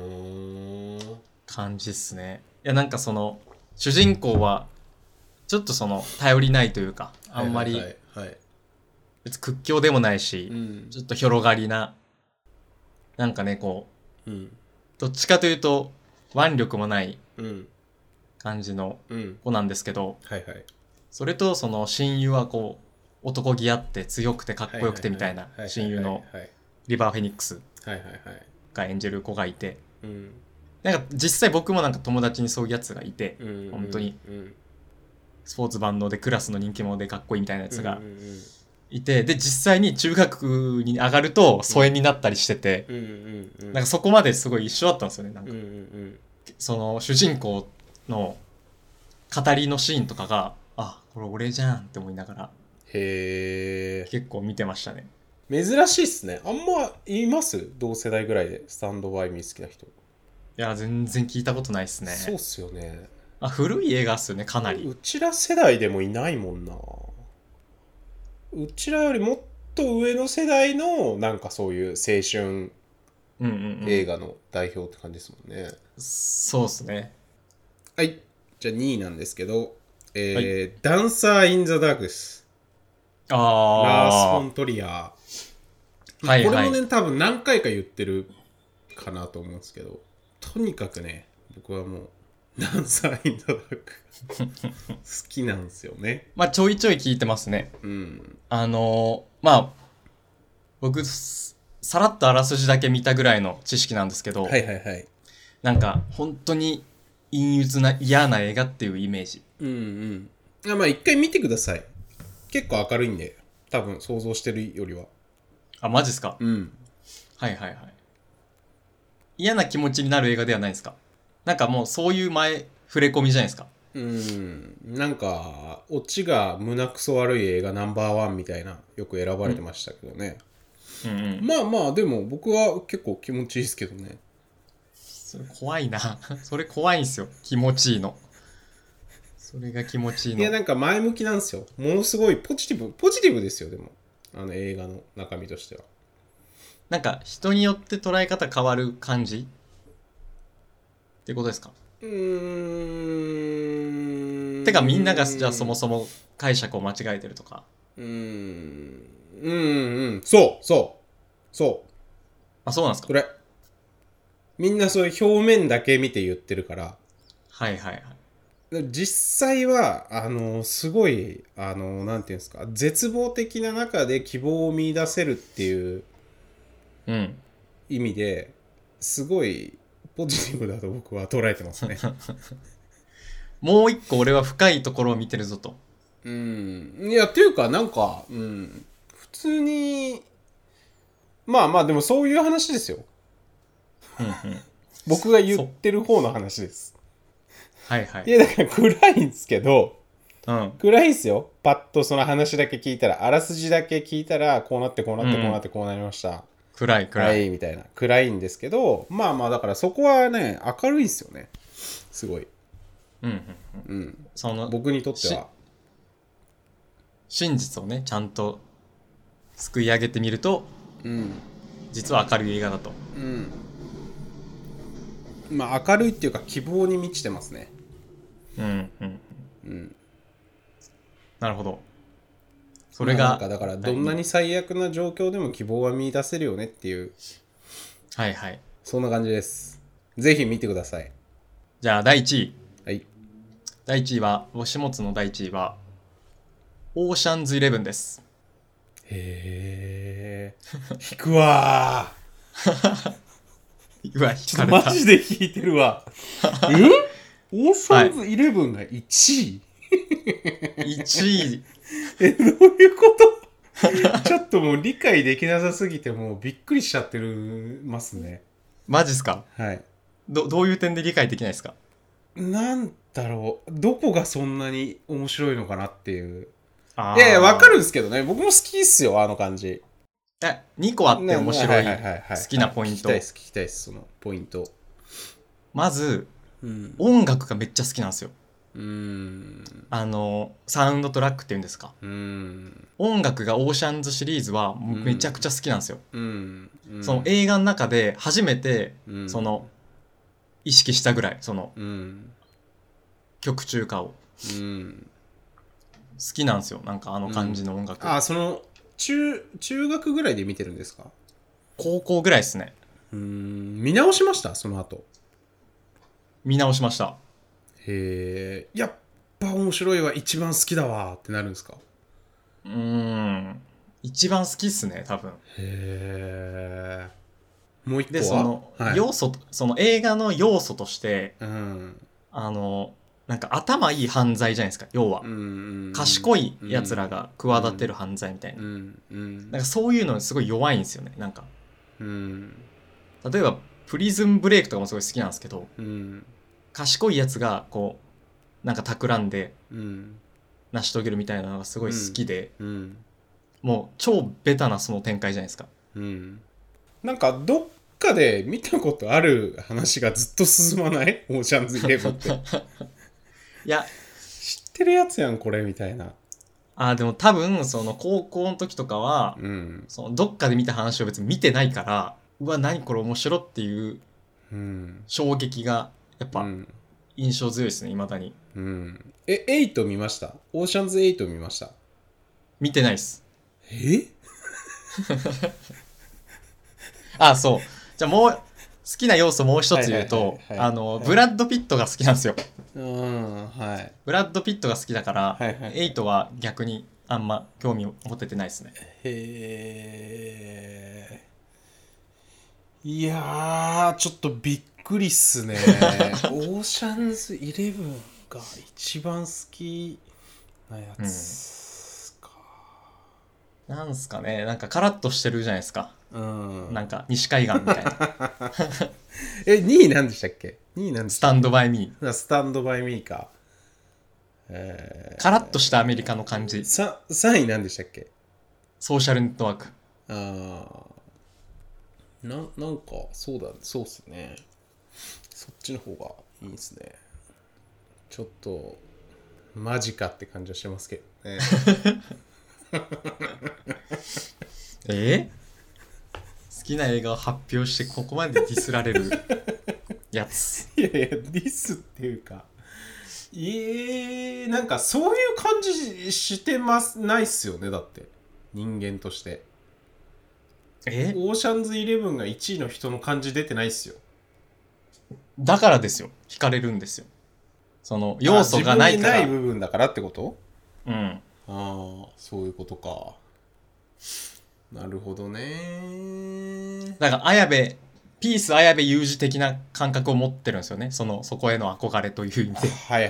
感じっすね。いやなんかその主人公はちょっとその頼りないというかあんまり別に屈強でもないし、ちょっと広がりななんかねこう、どっちかというと腕力もない感じの子なんですけど、それとその親友はこう男気あって強くてかっこよくてみたいな親友のリバー・フェニックスが演じる子がいて、なんか実際僕もなんか友達にそういうやつがいて、本当にスポーツ万能でクラスの人気者でかっこいいみたいなやつがいて、で実際に中学に上がると疎遠になったりしてて、なんかそこまですごい一緒だったんですよね。なんか、その主人公の語りのシーンとかが、あ、これ俺じゃんって思いながら結構見てましたね。 珍しいっすね。あんまいます同世代ぐらいでスタンドバイミー好きな人。いや全然聞いたことないっすね。 そうっすよね。 古い映画っすよね、かなり。 うちら世代でもいないもんな。うちらよりもっと上の世代のなんかそういう青春映画の代表って感じですもんね。 そうっすね。 はい。じゃあ2位なんですけど、ダンサー・イン・ザ・ダークです。ラース・フォントリアー。これもね、多分何回か言ってるかなと思うんですけど、とにかくね、僕はもう、ダンサー・イン・ザ・ダーク好きなんですよね。 まあちょいちょい聞いてますね。まあ僕さらっとあらすじだけ見たぐらいの知識なんですけど、なんか本当に陰鬱な嫌な映画っていうイメージ。 まあ一回見てください。結構明るいんで、多分想像してるよりは。 あ、マジっすか？嫌な気持ちになる映画ではないですか？なんかもうそういう触れ込みじゃないですか。 なんかオチが胸くそ悪い映画ナンバーワンみたいなよく選ばれてましたけどね。まあまあでも僕は結構気持ちいいですけどね。 それ怖いな。それ怖いんですよ。気持ちいいの。それが気持ちいいの。 いやなんか前向きなんですよ。ものすごいポジティブですよ。でも映画の中身としては。 なんか人によって捉え方変わる感じってことですか？てかみんながじゃあそもそも解釈を間違えてるとか。 そうあ、そうなんですか？ これみんなそういう表面だけ見て言ってるから。実際はすごいなんていうんですか、絶望的な中で希望を見出せるっていう意味ですごいポジティブだと僕は捉えてますね。 もう一個俺は深いところを見てるぞと。 いやっていうかなんか、普通にまあでもそういう話ですよ。僕が言ってる方の話です。いやだから暗いんですけど、暗いんすよ。パッとその話だけ聞いたら、あらすじだけ聞いたらこうなってこうなってこうなってこうなりました。 暗いみたいな。暗いんですけど、まあだからそこはね明るいんですよね。すごい。その僕にとっては真実をねちゃんとすくい上げてみると、実は明るい映画だと。 まあ明るいっていうか希望に満ちてますね。 なるほど。それがなんかだからどんなに最悪な状況でも希望は見出せるよねっていう、そんな感じです。ぜひ見てください。 じゃあ第1位。 第 1位は下津の第1位はオーシャンズ11です。 へえ。引くわうわ引かれた。 マジで引いてるわ。オーシャンズ11が1位 1位どういうことちょっともう理解できなさすぎてもうびっくりしちゃってますね。 マジっすか？どういう点で理解できないですか？ なんだろう、どこがそんなに面白いのかなっていう。いやわかるんですけどね、僕も好きっすよあの感じ。 2個あって面白い好きなポイント。 聞きたいですそのポイント。 まず、音楽がめっちゃ好きなんですよ。サウンドトラックっていうんですか。音楽がオーシャンズシリーズはめちゃくちゃ好きなんですよ。その映画の中で初めてその意識したぐらいその曲中歌を好きなんですよ。なんかあの感じの音楽。 その中学ぐらいで見てるんですか？ 高校ぐらいですね。 見直しましたその後？ 見直しました。 へえ。やっぱ面白いわ、一番好きだわってなるんですか？ 一番好きっすね多分。 へえ。もう一個はでその要素、その映画の要素として、 なんか頭いい犯罪じゃないですか、要は。賢いやつらが企てる犯罪みたいな。なんかそういうのすごい弱いんですよね、なんか。例えば、プリズンブレイクとかもすごい好きなんですけど、賢いやつがこう、なんか企んで、成し遂げるみたいなのがすごい好きで、もう超ベタなその展開じゃないですか。 なんかどっかで見たことある話がずっと進まない？オーシャンズイレブンって。 いや、 知ってるやつやんこれみたいな。 でも多分その高校の時とかは、そのどっかで見た話を別に見てないから、うわ何これ面白っていう衝撃がやっぱ印象強いですね、未だに。 8見ました？オーシャンズ8見ました？ 見てないっす。そう。じゃあもう好きな要素もう一つ言うと、ブラッド・ピットが好きなんですよ。ブラッド・ピットが好きだから、8は逆にあんま興味を持ててないですね。 いやーちょっとびっくりっすね。オーシャンズイレブンが一番好きなやつか、 なんすかね、なんかカラッとしてるじゃないですか。なんか西海岸みたいな。 2位何でしたっけ？2位何でしたっけ？ スタンドバイミー。スタンドバイミーか。 カラッとしたアメリカの感じ。 3位何でしたっけ？ ソーシャルネットワーク。 なんかそうっすね。そっちの方がいいですね。ちょっとマジかって感じはしてますけどね。 好きな映画を発表してここまでディスられるやつ。 いやディスっていうか、なんかそういう感じしてないっすよね。だって人間としてオーシャンズイレブンが1位の人の感じ出てないっすよ。 だからですよ、惹かれるんですよ。その要素がないから。 自分にない部分だからってこと？そういうことか。なるほどね。 だからピース綾部祐二的な感覚を持ってるんですよね。そこへの憧れという意味で。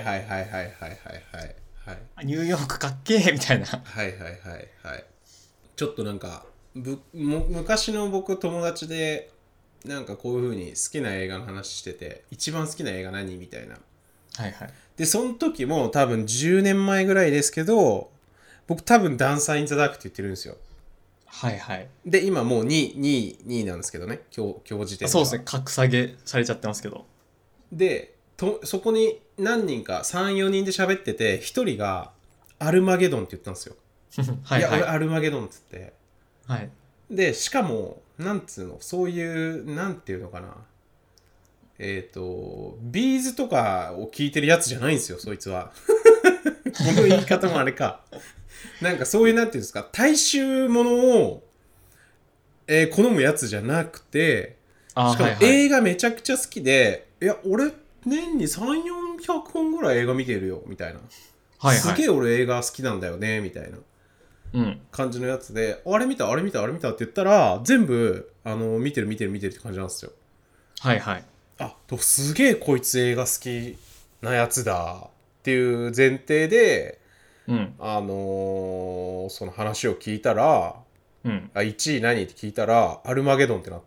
ニューヨークかっけーみたいな。 ちょっとなんか昔の僕友達でなんかこういう風に好きな映画の話してて、一番好きな映画何みたいな。でその時も多分10年前ぐらいですけど、僕多分ダンサー・イン・ザ・ダークって言ってるんですよ。で今もう2位なんですけどね、今日時点では。 そうですね、格下げされちゃってますけど。 でそこに何人か 3,4 人で喋ってて、1人がアルマゲドンって言ったんですよ。いや俺アルマゲドンっつって、でしかもなんつうの、そういうなんていうのかな、ビーズとかを聞いてるやつじゃないんですよ、そいつは。この言い方もあれか。なんかそういうなんていうんですか、大衆ものを、好むやつじゃなくて、しかも映画めちゃくちゃ好きで、いや俺年に3、400本ぐらい映画見てるよみたいな、すげえ俺映画好きなんだよねみたいな感じのやつで、あれ見たって言ったら全部見てるって感じなんですよ。すげえこいつ映画好きなやつだっていう前提で、その話を聞いたら、1位何って聞いたらアルマゲドンってなって、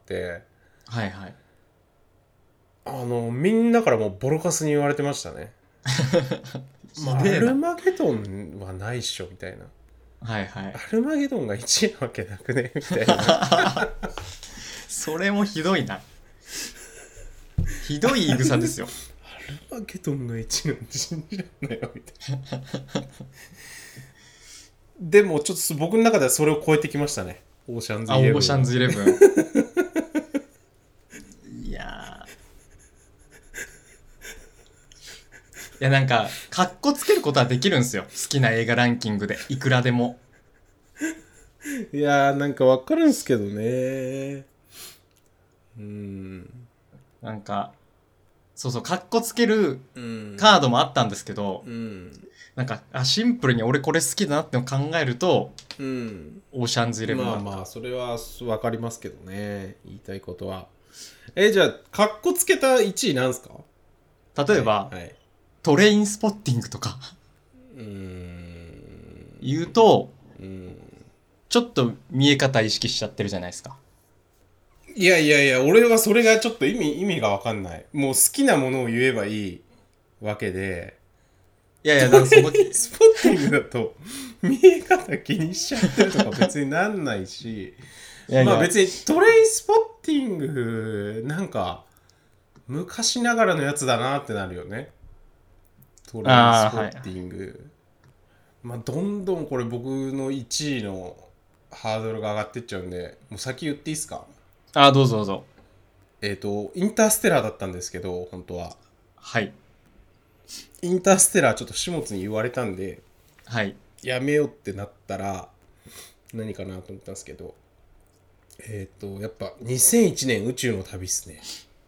みんなからもうボロカスに言われてましたね。アルマゲドンはないっしょみたいな。アルマゲドンが1位なわけなくねみたいな。 それもひどいな。ひどい言い草ですよ。 アルマゲドンが1位なんて信じらんないよみたいな。でもちょっと僕の中ではそれを超えてきましたね。オーシャンズイレブン。 オーシャンズイレブン。いやなんかカッコつけることはできるんですよ、好きな映画ランキングでいくらでも。 いやなんかわかるんすけどね。 なんかそうカッコつけるカードもあったんですけど、なんかシンプルに俺これ好きだなっての考えると、オーシャンズイレブンだった。 まあそれはわかりますけどね、言いたいことは。じゃあカッコつけた1位なんすか？ 例えば、 トレインスポッティングとか言うとちょっと見え方意識しちゃってるじゃないですか。 いやいやいや、俺はそれがちょっと意味が分かんない。もう好きなものを言えばいいわけで。 いやいや、だからそのスポッティングだと見え方気にしちゃってるとか別になんないしいやいや、まあ別にトレインスポッティングなんか昔ながらのやつだなってなるよね。トレインスポッティング、はい、まあどんどんこれ僕の1位のハードルが上がってっちゃうんで、もう先言っていいですか？ どうぞどうぞ。 インターステラーだったんですけど、本当は。 はい。 インターステラーちょっと始末に言われたんで、 はい。 やめようってなったら何かなと思ったんですけど、やっぱ2001年宇宙の旅っすね。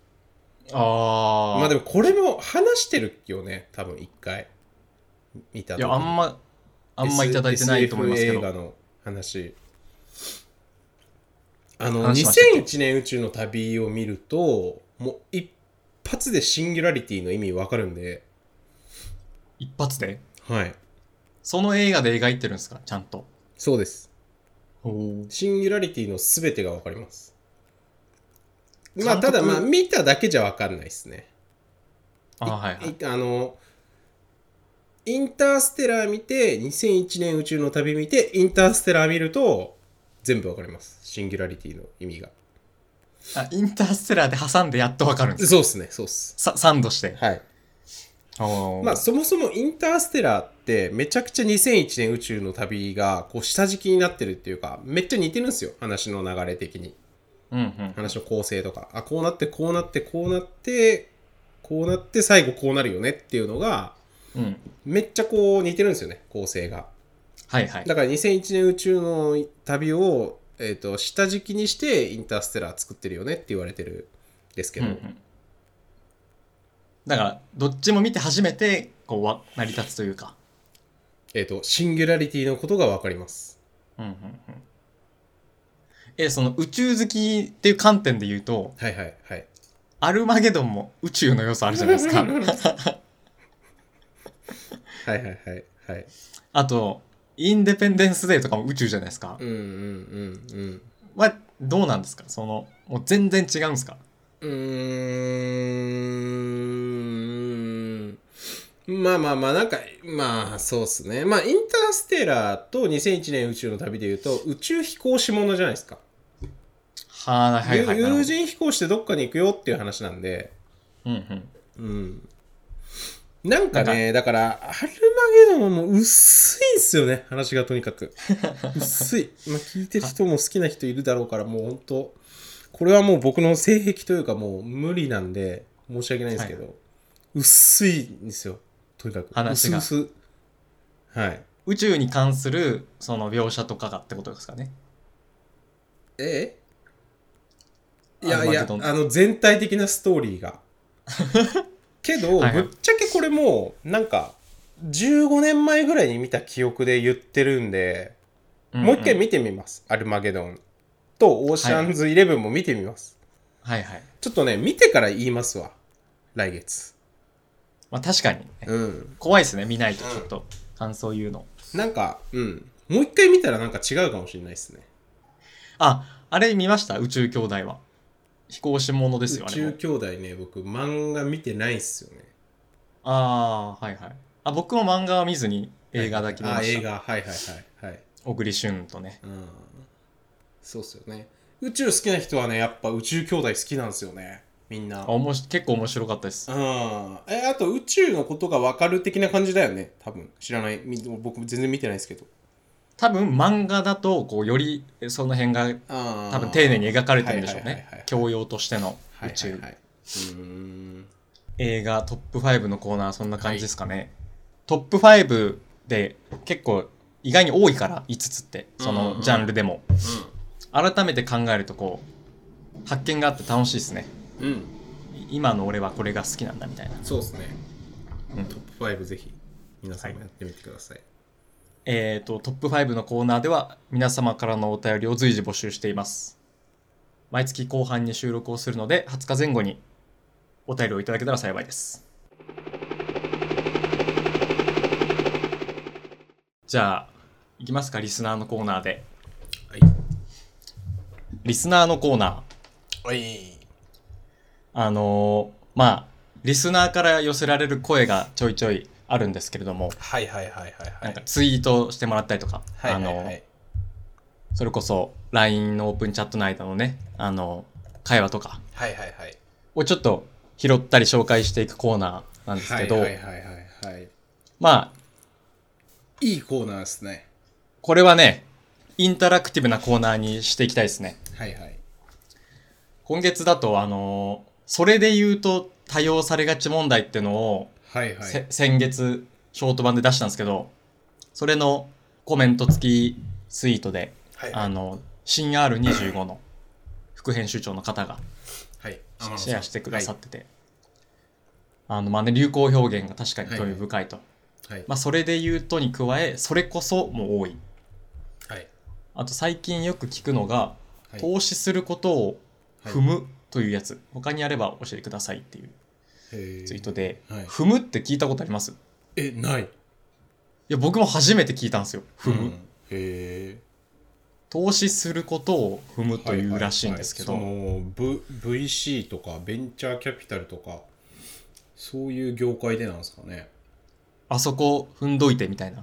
まあでもこれも話してるよね、多分一回見た時。 いや、あんまいただいてないと思いますけど。 SF 映画の話。2001年宇宙の旅を見ると、もう一発でシンギュラリティの意味わかるんで。 一発で？ はい。 その映画で描いてるんですか、ちゃんと？ そうです。シンギュラリティのすべてがわかります。まあただまあ見ただけじゃわかんないですね。 はいはい。 インターステラー見て2001年宇宙の旅見てインターステラー見ると全部わかります。シンギュラリティの意味が。 インターステラーで挟んでやっとわかるんですか？ そうですね、そうっす。 サンドして。 はい。まあそもそもインターステラーってめちゃくちゃ2001年宇宙の旅がこう下敷きになってるっていうか、めっちゃ似てるんですよ、話の流れ的に。話の構成とか、こうなってこうなってこうなってこうなって最後こうなるよねっていうのが、めっちゃこう似てるんですよね、構成が。 はいはい。 だから2001年宇宙の旅を、下敷きにしてインターステラー作ってるよねって言われてるんですけど、 だからどっちも見て初めてこう成り立つというか、 シンギュラリティのことが分かります。 その宇宙好きっていう観点で言うと、 はいはいはい、 アルマゲドンも宇宙の要素あるじゃないですか。 はいはいはいはい。 あとインデペンデンスデーとかも宇宙じゃないですか。はどうなんですか？もう全然違うんですか？ まあまあまあなんかまあそうっすね。まあインターステラーと2001年宇宙の旅でいうと宇宙飛行士ものじゃないですか。 はいはい。 有人飛行士でどっかに行くよっていう話なんで。なんかね、だからアルマゲドンも薄いんすよね、話がとにかく。薄い。まあ聞いてる人も好きな人いるだろうから、もう本当これはもう僕の性癖というかもう無理なんで申し訳ないんですけど、薄いんですよ、とにかく。 話が。 薄はい。 宇宙に関するその描写とかがってことですかね。 いやいや、全体的なストーリーが。けど、ぶっちゃけこれもなんか15年前ぐらいに見た記憶で言ってるんで、もう一回見てみます。アルマゲドンとオーシャンズ11も見てみます。 はいはい。 ちょっとね、見てから言いますわ、来月。 まあ確かに、ね、怖いですね、見ないとちょっと感想言うの。 なんかもう一回見たらなんか違うかもしれないですね。 あれ見ました？宇宙兄弟は飛行士ものですよね。 宇宙兄弟ね、僕漫画見てないっすよね。 はいはい。僕も漫画は見ずに映画だけ見ました。 映画、はいはいはいはい。 小栗旬とね。 そうっすよね。宇宙好きな人はね、やっぱ宇宙兄弟好きなんですよね、みんな。 結構面白かったです。 あと宇宙のことが分かる的な感じだよね、多分。知らない、僕全然見てないですけど。 多分漫画だとこうよりその辺が多分丁寧に描かれてるんでしょうね、教養としての宇宙。映画トップ5のコーナー、そんな感じですかね。トップ5で結構意外に多いから5つってそのジャンルでも、改めて考えるとこう発見があって楽しいですね。今の俺はこれが好きなんだみたいな。 そうですね、トップ5ぜひ皆さんもやってみてください。 トップ5のコーナーでは皆様からのお便りを随時募集しています。毎月後半に収録をするので20日前後にお便りをいただけたら幸いです。 じゃあいきますか、リスナーのコーナーで。 はい。 リスナーのコーナー。 はい。 まあリスナーから寄せられる声がちょいちょいあるんですけれども、 はいはいはいはい、 なんかツイートしてもらったりとか、 はいはいはい、 それこそ LINE のオープンチャットの間のね、会話とかをちょっと拾ったり紹介していくコーナーなんですけど、まあいいコーナーですね。 これはね、インタラクティブなコーナーにしていきたいですね。 はいはい。 今月だとそれで言うと多用されがち問題っていうのを、 はいはい、 先月ショート版で出したんですけど、それのコメント付きツイートで、はいはい、新 R25 の副編集長の方がシェアしてくださってて、まあね、流行表現が確かに興味深いと、はいはい、まあ、それで言うとに加えそれこそも多い、はい、あと最近よく聞くのが、はい、投資することを踏むというやつ、はい、他にあれば教えてくださいっていうツイートで、はい、踏むって聞いたことあります？ ない。いや僕も初めて聞いたんですよ、踏む、投資することを踏むというらしいんですけど、 VC とかベンチャーキャピタルとかそういう業界でなんですかね。 あそこ踏んどいてみたいな。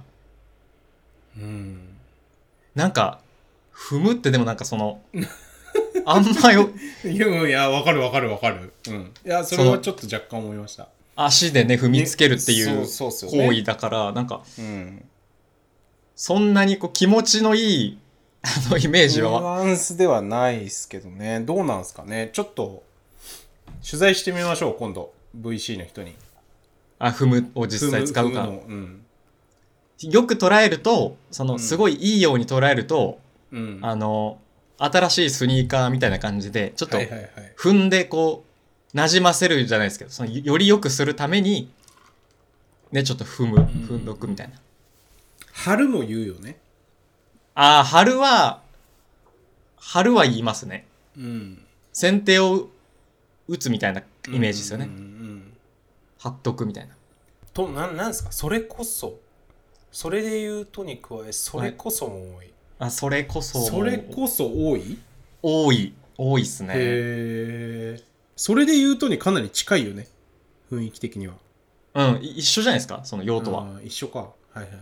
なんか踏むってでもなんかそのあんまよいやわかる、いやそれはちょっと若干思いました。 足でね踏みつけるっていう行為だから、なんか、そんなにこう気持ちのいいイメージはニュアンスではないですけどね。どうなんですかね。ちょっと取材してみましょう今度 VC の人に。 踏むを実際使うか、よく捉えるとそのすごいいいように捉えると、新しいスニーカーみたいな感じでちょっと踏んでこうなじませるじゃないですけど、そのより良くするためにね、ちょっと踏んどくみたいな。 春も言うよね。 春は言いますね。先手を打つみたいなイメージですよね。貼っとくみたいな。 なんですか。それこそ。それで言うとに加え、それこそも多い。 それこそ多い？ 多いっすね。 それで言うとにかなり近いよね。雰囲気的には。 一緒じゃないですか、その用途は。 一緒か。はいはいはい。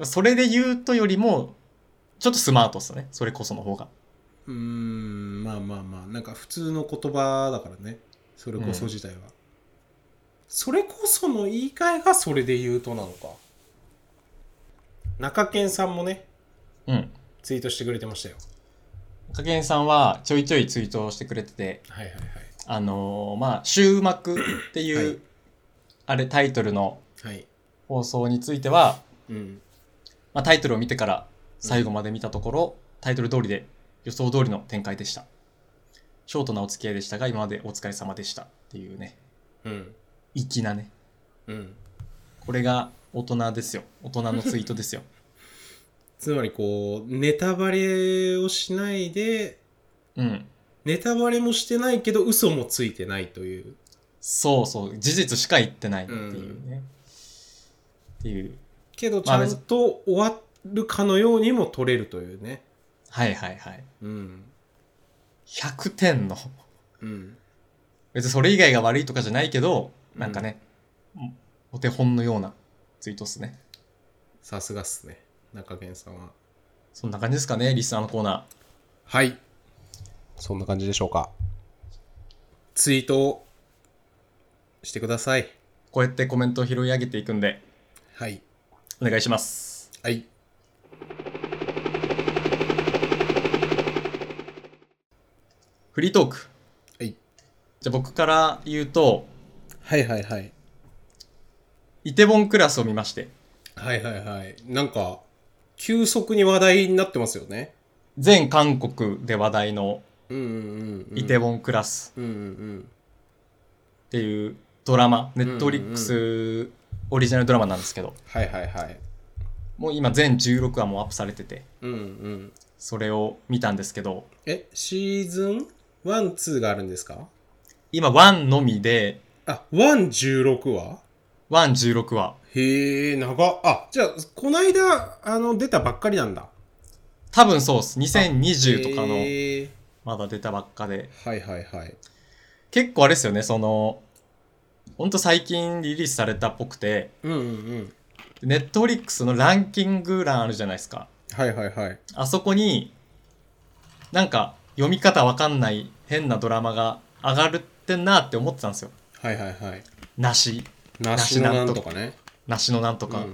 それで言うとよりもちょっとスマートっすね、それこその方が。 まあなんか普通の言葉だからね、それこそ自体は。それこその言い換えがそれで言うとなのか。中堅さんもね、ツイートしてくれてましたよ。 中堅さんはちょいちょいツイートをしてくれてて、まあ終幕っていう、あれタイトルの放送については、まあ、タイトルを見てから最後まで見たところ、タイトル通りで予想通りの展開でした。ショートなお付き合いでしたが今までお疲れ様でしたっていうね、粋なね、これが大人ですよ。大人のツイートですよ。 つまりこうネタバレをしないで、ネタバレもしてないけど嘘もついてないという。 そう事実しか言ってないっていうね、っていうけどちゃんと終わるかのようにも取れるというね。 100点の、別にそれ以外が悪いとかじゃないけど、なんかね、お手本のようなツイートっすね。 さすがっすね、中堅さんは。 そんな感じですかね、リスナーのコーナー。 はい、そんな感じでしょうか。ツイートしてください。 こうやってコメントを拾い上げていくんで、お願いします。フリートーク。じゃあ僕から言うと、イテウォンクラスを見まして。 なんか急速に話題になってますよね。 全韓国で話題のイテウォンクラスっていうドラマ、ネットフリックスオリジナルドラマなんですけど、もう今全16話もアップされてて、それを見たんですけど、 シーズン 1,2 があるんですか？ 今1のみで、 116話 16話。 へえ、じゃあこないだ出たばっかりなんだ。 多分そうっす。2020とかのまだ出たばっかで。 はいはいはい。 結構あれですよね、ほんと最近リリースされたっぽくて、ネットフリックスのランキング欄あるじゃないですか。 はいはいはい。 あそこになんか読み方わかんない変なドラマが上がるってんなって思ってたんですよ。 はいはいはい。 梨のなんとかね。 梨のなんとか。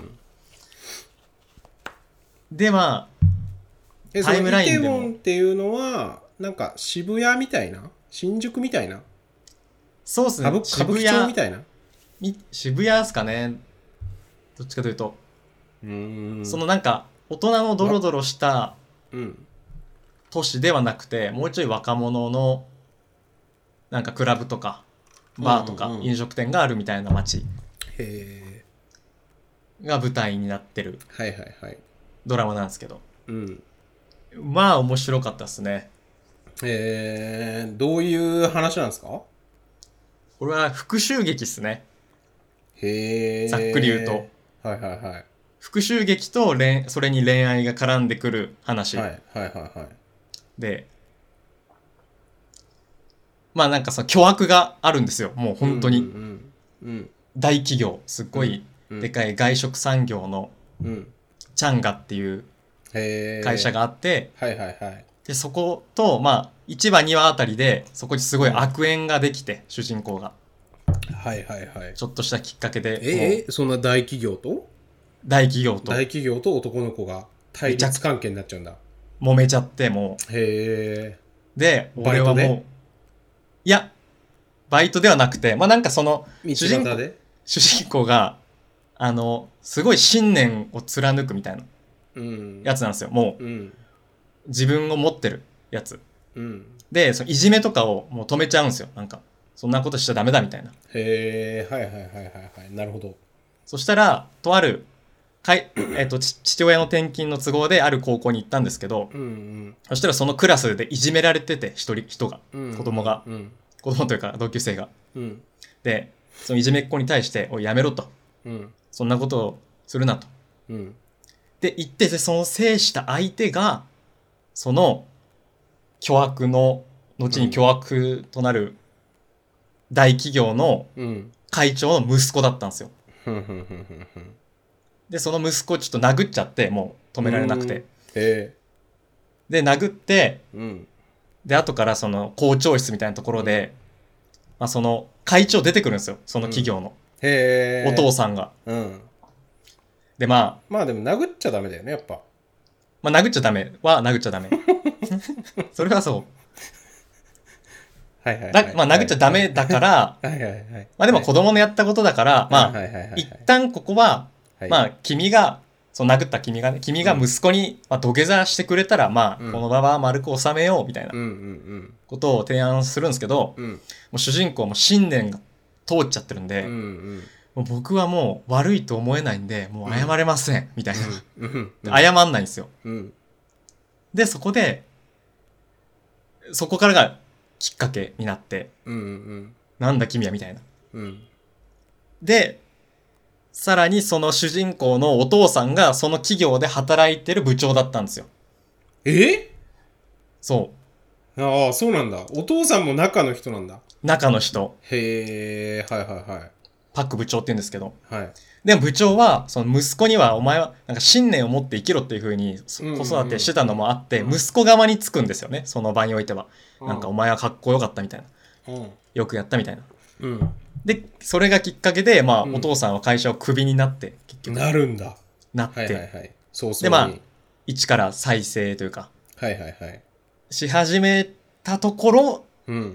でまあタイムラインでも。イテウォンっていうのはなんか渋谷みたいな、新宿みたいな。 そうっすね。 歌舞伎町みたいな。 渋谷ですかね。どっちかというと。そのなんか大人のドロドロした都市ではなくて、もうちょい若者のなんかクラブとかバーとか飲食店があるみたいな街が舞台になってるドラマなんですけど、まあ面白かったですね。 どういう話なんですか？ これは復讐劇っすね。ざっくり言うと。 はいはいはい。 復讐劇とそれに恋愛が絡んでくる話。 はいはいはいはい。 で、まあなんかさ、巨悪があるんですよ。もう本当に。大企業、すっごいでかい外食産業のチャンガっていう会社があって、でそことまあ1話2話あたりでそこにすごい悪縁ができて、主人公がちょっとしたきっかけで、 そんな大企業と男の子が対立関係になっちゃうんだ。 揉めちゃって、もうで俺はもういやバイトではなくて、まあなんかその主人公がすごい信念を貫くみたいなやつなんですよ。もう、自分を持ってるやつ、でそのいじめとかをもう止めちゃうんですよ。なんかそんなことしちゃダメだみたいな。 はいはいはいはいなるほど。 そしたらとある父親の転勤の都合である高校に行ったんですけど、そしたらそのクラスでいじめられてて、人が、子供というか同級生が、でそのいじめっ子に対して「おいやめろ」と、そんなことをするなと、で言って、その制した相手がその巨悪の後に巨悪となる大企業の会長の息子だったんですよ。でその息子ちょっと殴っちゃって、もう止められなくて、で殴って、で後からその校長室みたいなところで、まあ、その会長出てくるんですよ、その企業の、お父さんが。でまあでも殴っちゃダメだよね、やっぱ。 まあ殴っちゃダメは殴っちゃダメそれはそう。まあ殴っちゃダメだから、まあでも子供のやったことだから、まあ一旦ここはまあ君が殴った君が息子に土下座してくれたら、まあこの場は丸く収めようみたいなことを提案するんですけど、もう主人公も信念が通っちゃってるんで、もう僕はもう悪いと思えないんで、もう謝れませんみたいな、謝んないんですよ。でそこからがきっかけになって、なんだ君はみたいな。でさらにその主人公のお父さんがその企業で働いてる部長だったんですよ。そう。 ああ、そうなんだ。お父さんも中の人なんだ。 中の人。 へえ、はいはいはい。 パック部長って言うんですけど。でも部長はその息子にはお前はなんか信念を持って生きろっていう風に子育てしてたのもあって、息子側につくんですよね、その場においては。なんかお前はかっこよかったみたいな、よくやったみたいな。でそれがきっかけで、まあお父さんは会社をクビになって、結局なるんだ。 なって、 でまあ一から再生というかし始めたところ、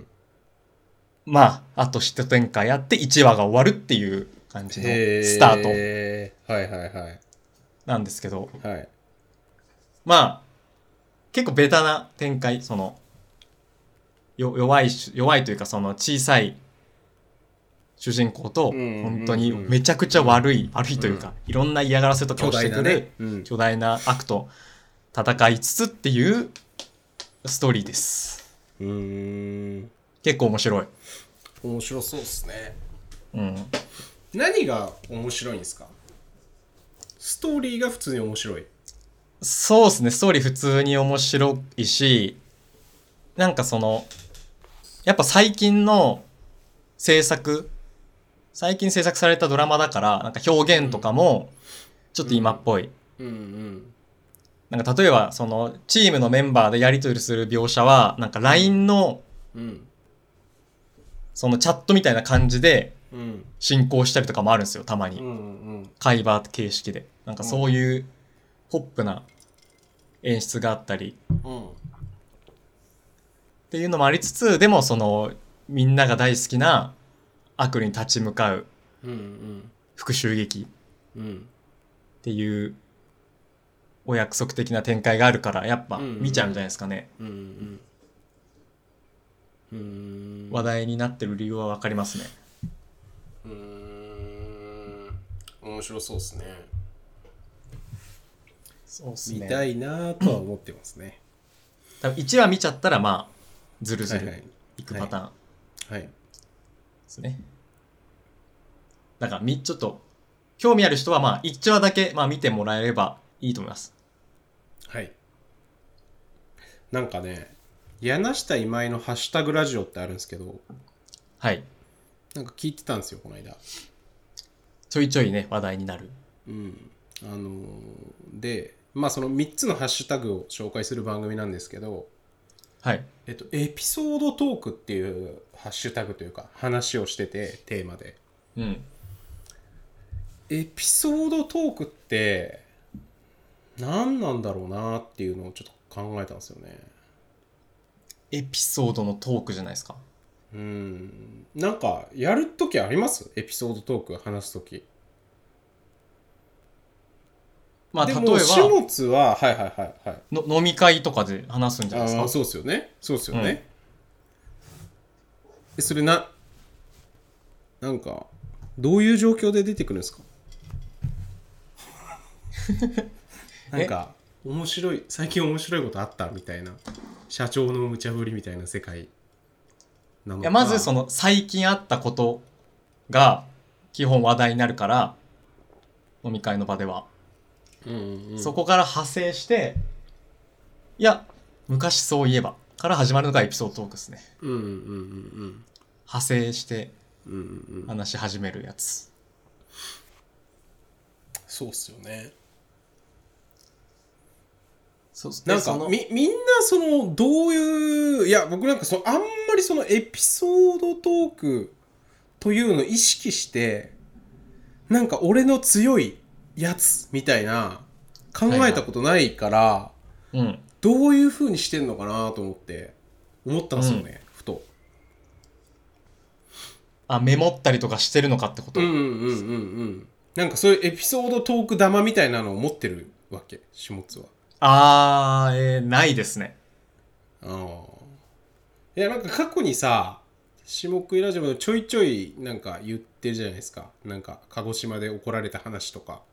まああと一展開あって1話が終わるっていう感じのスタートなんですけど、まあ結構ベタな展開、その弱いというか、その小さい主人公と本当にめちゃくちゃ悪いというか、いろんな嫌がらせとかをしてくる巨大な悪と戦いつつっていうストーリーです。結構面白そうですね。 何が面白いんですか？ストーリーが普通に面白い。 そうですね、ストーリー普通に面白いし、なんかそのやっぱ最近制作されたドラマだから、なんか表現とかもちょっと今っぽい、 うんうん、 なんか例えばそのチームのメンバーでやり取りする描写はなんか LINE のそのチャットみたいな感じで進行したりとかもあるんですよ、たまに、会話形式で。なんかそういうポップな演出があったり、っていうのもありつつ、でもそのみんなが大好きな悪に立ち向かう復讐劇っていうお約束的な展開があるから、やっぱ見ちゃうんじゃないですかね。話題になってる理由は分かりますね。 面白そうですね。 そうっすね。 見たいなとは思ってますね。 多分1話見ちゃったらまあずるずるいくパターンですね。だからちょっと興味ある人はまあ1話だけまあ見てもらえればいいと思います。 はい。なんかね、柳下今井のハッシュタグラジオってあるんですけど、 はい。 なんか聞いてたんですよ、この間。 ちょいちょいね、話題になる。 で、まあその3つのハッシュタグを紹介する番組なんですけど、 はい。 エピソードトークっていうハッシュタグというか話をしてて、テーマで。エピソードトークって何なんだろうなっていうのをちょっと考えたんですよね。 エピソードのトークじゃないですか。 なんかやるときあります？エピソードトーク話すとき。まあ例えば始末は飲み会とかで話すんじゃないですか。 そうですよね。そうですよね。それなんかどういう状況で出てくるんですか？なんか最近面白いことあったみたいな、社長の無茶ぶりみたいな世界なのか。 いやまずその最近あったことが基本話題になるから、飲み会の場では、そこから派生して、いや昔そういえばから始まるのがエピソードトークですね。派生して話し始めるやつ。 そうっすよね。 そうなんかみんなそのどういう、いや僕なんかあんまりそのエピソードトークというのを意識してなんか俺の強いやつみたいな考えたことないから、どういう風にしてんのかなと思ったんですよね、ふと。 メモったりとかしてるのかってこと。 なんかそういうエピソードトーク玉みたいなのを持ってるわけ、下津は。 ないですね。 いやなんか過去にさ、下食いラジオでちょいちょいなんか言ってるじゃないですか。なんか鹿児島で怒られた話とか。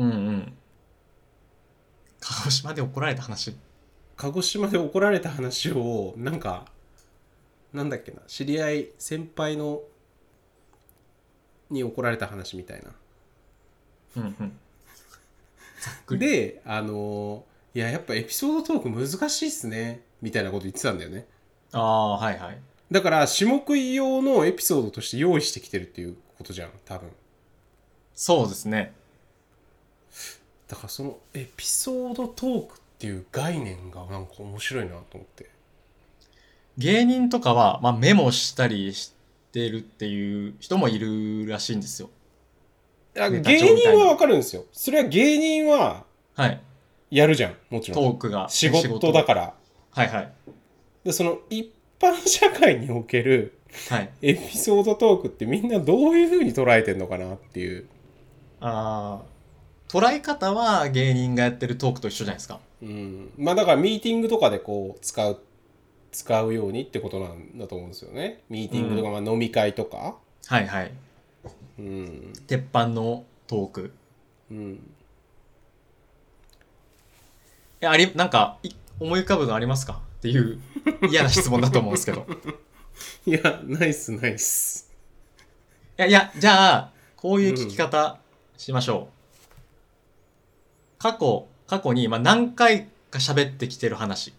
鹿児島で怒られた話。 鹿児島で怒られた話をなんかなんだっけな、知り合い先輩に怒られた話みたいな。でいややっぱエピソードトーク難しいっすねみたいなこと言ってたんだよね。 はいはい。 だから下食い用のエピソードとして用意してきてるっていうことじゃん、多分。 そうですね。 だからそのエピソードトークっていう概念がなんか面白いなと思って。 芸人とかは、メモしたりしてるっていう人もいるらしいんですよ。 芸人はわかるんですよ。それは芸人はやるじゃん、もちろん。 トークが仕事だから。でその一般社会におけるエピソードトークってみんなどういう風に捉えてんのかなっていう。 捉え方は芸人がやってるトークと一緒じゃないですか。 だからミーティングとかでこう使うようにってことなんだと思うんですよね。ミーティングとか、飲み会とか。 鉄板のトーク。なんか思い浮かぶのありますかっていう嫌な質問だと思うんですけど。 いや、ナイス。 いやじゃあこういう聞き方しましょう。過去に、何回か喋ってきてる話。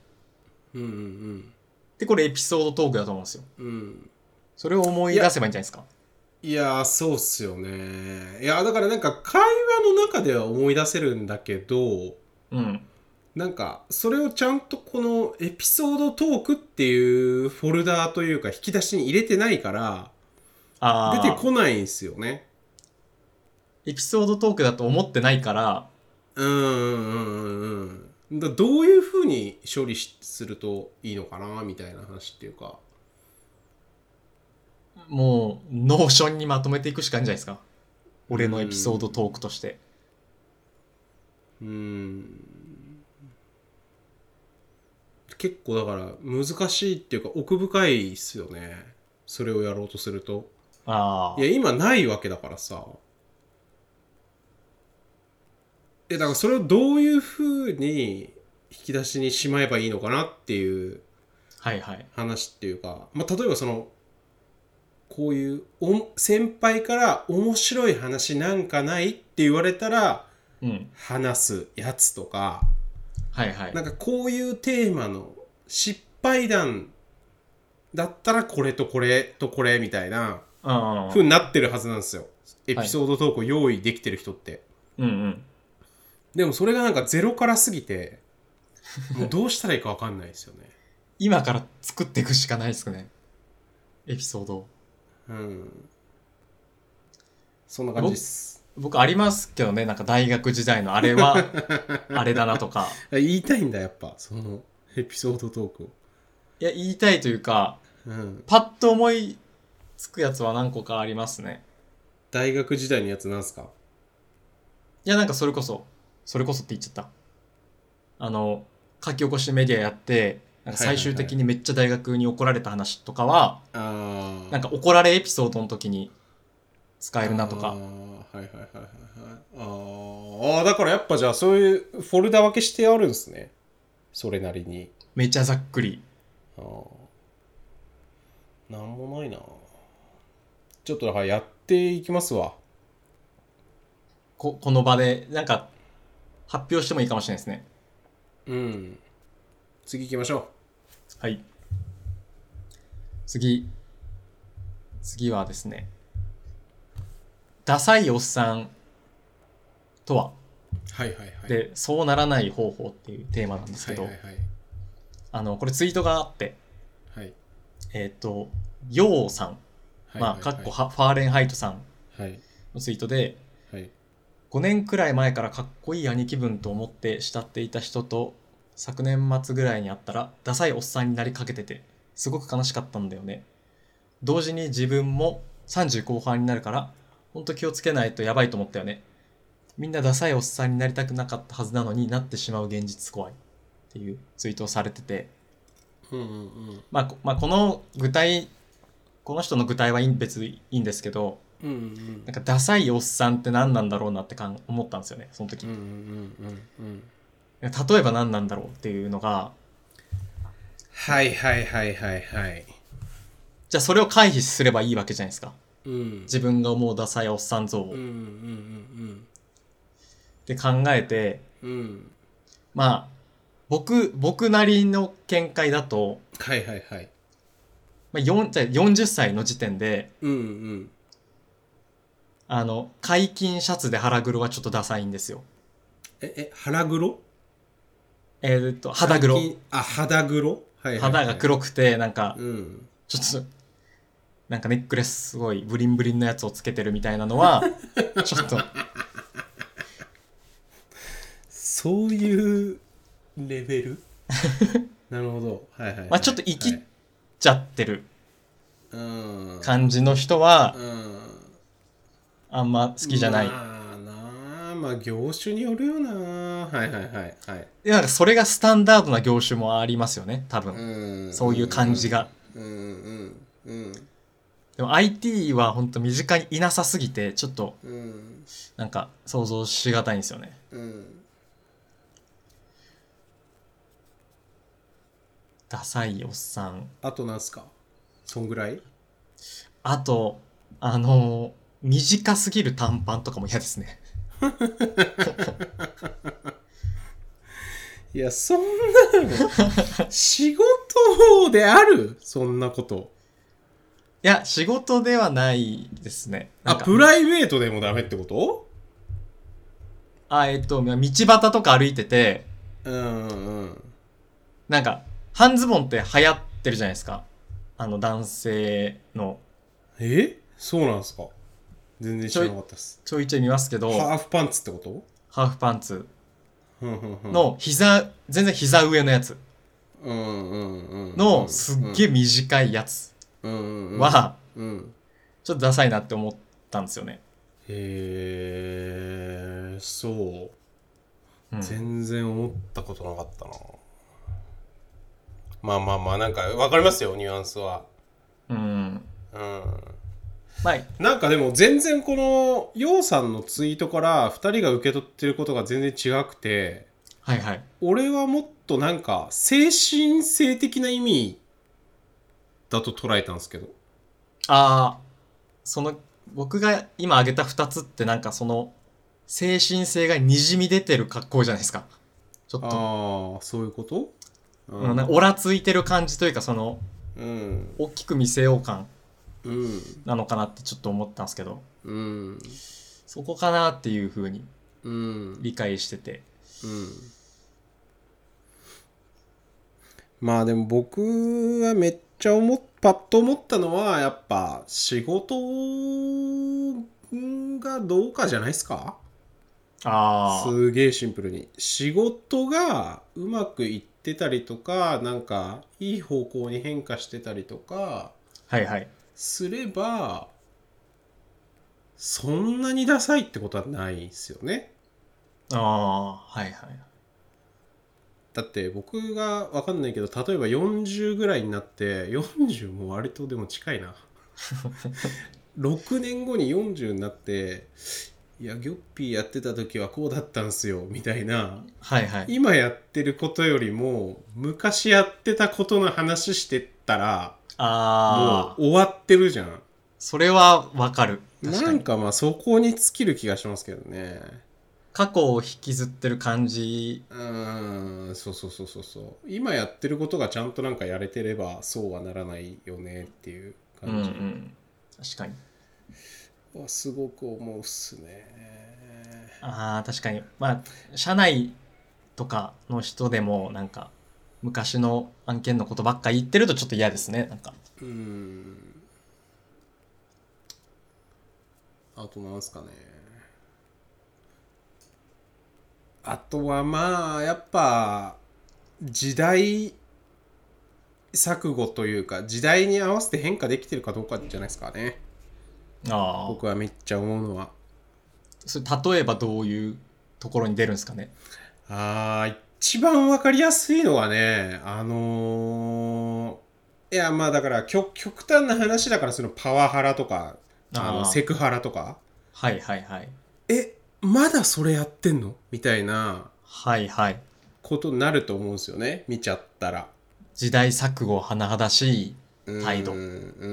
で、これエピソードトークだと思うんですよ。それを思い出せばいいんじゃないですか。 いや、そうっすよね。いや、だからなんか会話の中では思い出せるんだけど、なんかそれをちゃんとこのエピソードトークっていうフォルダーというか引き出しに入れてないから出てこないんですよね。 エピソードトークだと思ってないから。 どういう風に処理するといいのかなみたいな話っていうか。 もうノーションにまとめていくしかないんじゃないですか。俺のエピソードトークとして。 結構だから難しいっていうか奥深いっすよね。それをやろうとすると。いや今ないわけだからさ。だからそれをどういう風に引き出しにしまえばいいのかなっていう話っていうか、例えばそのこういう先輩から面白い話なんかないって言われたら、話すやつとか、なんかこういうテーマの失敗談だったらこれとこれとこれみたいな風になってるはずなんですよ。エピソードトークを用意できてる人って。でもそれがなんかゼロからすぎてもうどうしたらいいか分かんないですよね。 今から作っていくしかないですね、エピソード。 そんな感じです。 僕ありますけどね、なんか大学時代のあれはあれだなとか言いたいんだやっぱそのエピソードトークを。 いや言いたいというか、パッと思いつくやつは何個かありますね。 大学時代のやつなんすか？ いやなんかそれこそって言っちゃった。書き起こしメディアやってなんか最終的にめっちゃ大学に怒られた話とかは、なんか怒られエピソードの時に使えるなとか。 だからやっぱじゃあそういうフォルダ分けしてあるんですね。それなりに。 めちゃざっくり。 なんもないな。ちょっとだからやっていきますわ。 この場でなんか発表してもいいかもしれないですね。 次行きましょう。はい。次はですね、ダサいおっさんとは、でそうならない方法っていうテーマなんですけど、これツイートがあって、ヨウさん、かっこファーレンハイトさんのツイートで、5年くらい前からかっこいい兄貴分と思って慕っていた人と昨年末ぐらいに会ったらダサいおっさんになりかけててすごく悲しかったんだよね。同時に自分も30後半になるからほんと気をつけないとやばいと思ったよね。みんなダサいおっさんになりたくなかったはずなのになってしまう現実怖いっていうツイートをされてて、この人の具体は別にいいんですけど、なんかダサいおっさんって何なんだろうなって思ったんですよね、その時。例えば何なんだろうっていうのが、じゃあそれを回避すればいいわけじゃないですか。自分が思うダサいおっさん像を。って考えて、僕なりの見解だと、40歳の時点で、解禁シャツで腹黒はちょっとダサいんですよ。 腹黒？ 肌黒。 肌黒？ 肌が黒くてなんか、ちょっとなんかネックレスすごいブリンブリンのやつをつけてるみたいなのはちょっとそういうレベルなるほど。 ちょっと生きちゃってる感じの人はあんま好きじゃない。 業種によるよな。 なんかそれがスタンダードな業種もありますよね、多分。そういう感じが。でも IT は本当身近にいなさすぎてちょっとなんか想像しがたいんですよね。ダサいおっさん。 あとなんすか？そんぐらい？ あと短すぎる短パンとかも嫌ですね。 いや、そんなの仕事である？そんなこと。 いや、仕事ではないですね。 あ、プライベートでもダメってこと？ 道端とか歩いてて、なんか、半ズボンって流行ってるじゃないですか。男性の。 そうなんですか？全然知らなかったです。 ちょいちょい見ますけど。 ハーフパンツってこと？ ハーフパンツの全然膝上のやつのすっげえ短いやつはちょっとダサいなって思ったんですよね。 そう、全然思ったことなかったな。まあなんか分かりますよ、ニュアンスは。なんかでも全然このヨウさんのツイートから2人が受け取ってることが全然違くて、 はいはい、 俺はもっとなんか精神性的な意味だと捉えたんですけど。 僕が今挙げた2つってなんかその精神性がにじみ出てる格好じゃないですか。ちょっとそういうこと？ なんかオラついてる感じというか、その、大きく見せよう感なのかなってちょっと思ったんですけど、そこかなっていう風に理解してて、 まあでも僕はめっちゃパッと思ったのはやっぱ仕事がどうかじゃないですか。すげえシンプルに仕事がうまくいってたりとか、なんかいい方向に変化してたりとかすれば、そんなにダサいってことはないですよね。だって僕が分かんないけど、例えば40ぐらいになって、40も割とでも近いな6年後に40になって、いやギョッピーやってた時はこうだったんすよみたいな、今やってることよりも昔やってたことの話してったらもう終わってるじゃん。 それは分かる。 確かになんかまあそこに尽きる気がしますけどね。 過去を引きずってる感じ。 そう今やってることがちゃんとなんかやれてればそうはならないよねっていう感じ、確かにすごく思うっすね。 確かに、まあ社内とかの人でもなんか昔の案件のことばっか言ってるとちょっと嫌ですね。なんかあとなんすかね。あとはまあやっぱ時代錯誤というか、時代に合わせて変化できてるかどうかじゃないですかね。僕はめっちゃ思うのは。 それ例えばどういうところに出るんですかね。 一番わかりやすいのはね、いやまあだから極端な話だから、そのパワハラとかセクハラとか、まだそれやってんのみたいなことになると思うんですよね、見ちゃったら。 時代錯誤甚だしい態度。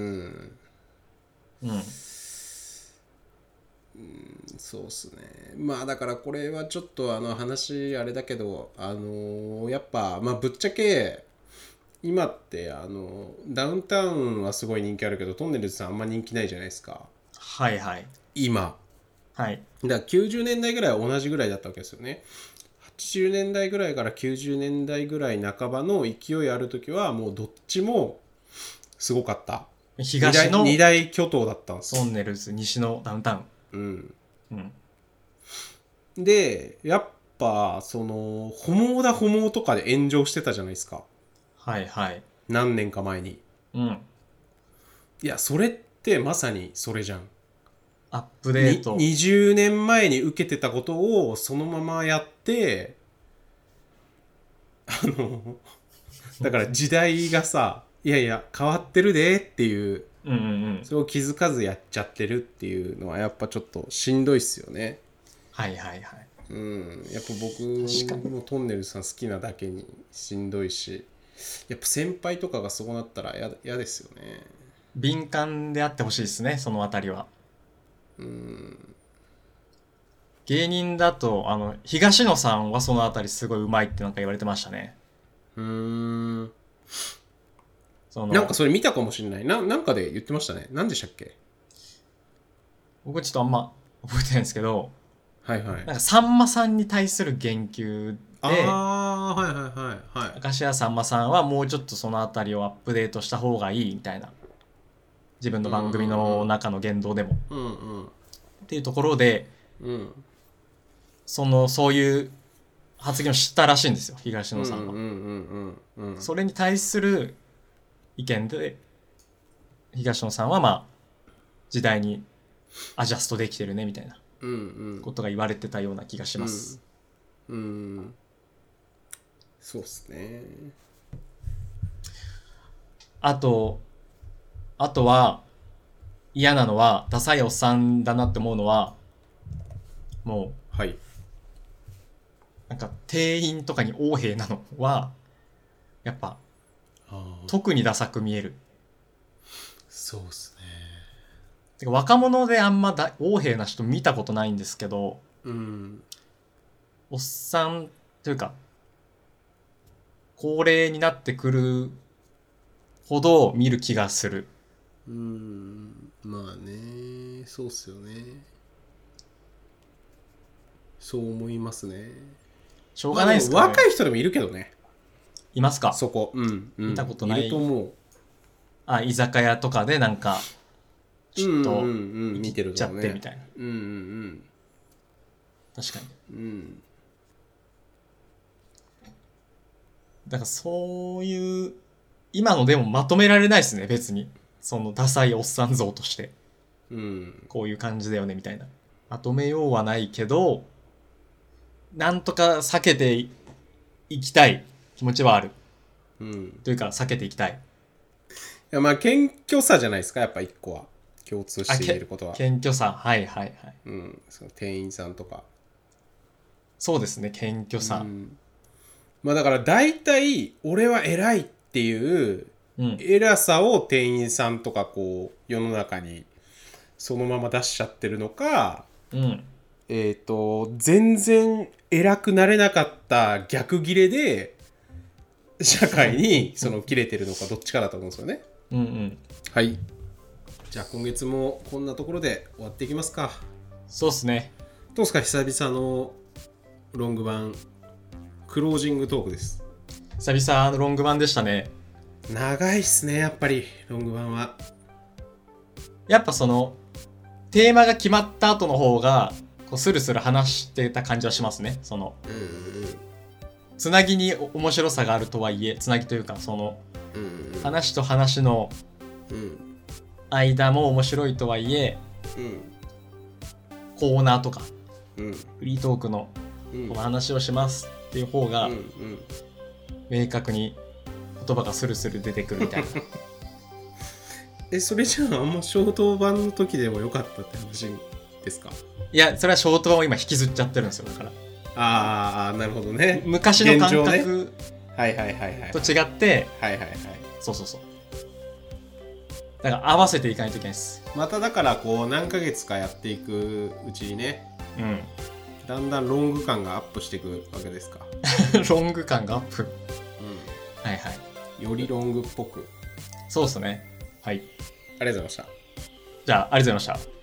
そうっすね。まあだからこれはちょっと話あれだけど、やっぱまあぶっちゃけ今ってダウンタウンはすごい人気あるけど、トンネルズさんあんま人気ないじゃないですか。今だから90年代ぐらいは同じぐらいだったわけですよね。80年代ぐらいから90年代ぐらい半ばの勢いある時はもうどっちもすごかった。 東の 2大巨頭だったんですよ。 トンネルズ、西のダウンタウン。でやっぱそのホモだホモとかで炎上してたじゃないですか。何年か前に。いやそれってまさにそれじゃん。 アップデート。 20年前に受けてたことをそのままやってだから時代がさ、いやいや変わってるでっていう、それを気づかずやっちゃってるっていうのはやっぱちょっとしんどいっすよね。やっぱ僕もトンネルさん好きなだけにしんどいし、やっぱ先輩とかがそうなったら嫌ですよね。 敏感であってほしいですね、そのあたりは。 芸人だと東野さんはそのあたりすごい上手いってなんか言われてましたね。 なんかそれ見たかもしれない。なんかで言ってましたね。何でしたっけ？ 僕ちょっとあんま覚えてないんですけど、 はいはい。 なんかさんまさんに対する言及で、 はいはいはいはい。 明石家さんまさんはもうちょっとそのあたりをアップデートした方がいいみたいな、自分の番組の中の言動でも、っていうところで、そういう発言をしたらしいんですよ、東野さんは。それに対する意見で東野さんはまあ時代にアジャストできてるねみたいなことが言われてたような気がします。 そうっすね。 あとは嫌なのは、ダサいおっさんだなって思うのは、もう、 はい、 なんか店員とかに横柄なのはやっぱ特にダサく見える。 そうっすね。 てか若者であんま横柄な人見たことないんですけど、おっさんというか高齢になってくるほど見る気がする。 まあね、そうっすよね。そう思いますね。 しょうがないですかね。 若い人でもいるけどね。 いますか？ そこ、 見たことない。 いると思う。 居酒屋とかでなんかちょっと見てるっちゃってみたいな。確かに。だからそういう今のでもまとめられないですね、別に。そのダサいおっさん像として、こういう感じだよねみたいなまとめようはないけど、なんとか避けていきたい気持ちはある、というか避けていきたい。 いや、まあ謙虚さじゃないですか、やっぱ一個は共通していることは。 謙虚さ、はいはいはい。 その店員さんとか。 そうですね、謙虚さ。 まあだから大体俺は偉いっていう偉さを店員さんとかこう世の中にそのまま出しちゃってるのか、全然偉くなれなかった逆ギレで社会にその切れてるのか、どっちかだと思うんですよね。はい。じゃあ今月もこんなところで終わっていきますか。 そうっすね。 どうですか、久々のロング版クロージングトークです。 久々のロング版でしたね。 長いっすね、やっぱりロング版は。 やっぱそのテーマが決まった後の方がこうスルスル話してた感じはしますね。そのつなぎに面白さがあるとはいえ、つなぎというかその話と話の間も面白いとはいえ、コーナーとかフリートークのこの話をしますっていう方が明確に言葉がスルスル出てくるみたいな。 それじゃああんまショート版の時でもよかったって話ですか？ いや、それはショート版を今引きずっちゃってるんですよ。だからなるほどね。 昔の感覚と違って、そうだから合わせていかないといけないです。 まただからこう何ヶ月かやっていくうちにね、だんだんロング感がアップしていくわけですか。 ロング感がアップ、 よりロングっぽく。 そうですね。はい、 ありがとうございました。 じゃあありがとうございました。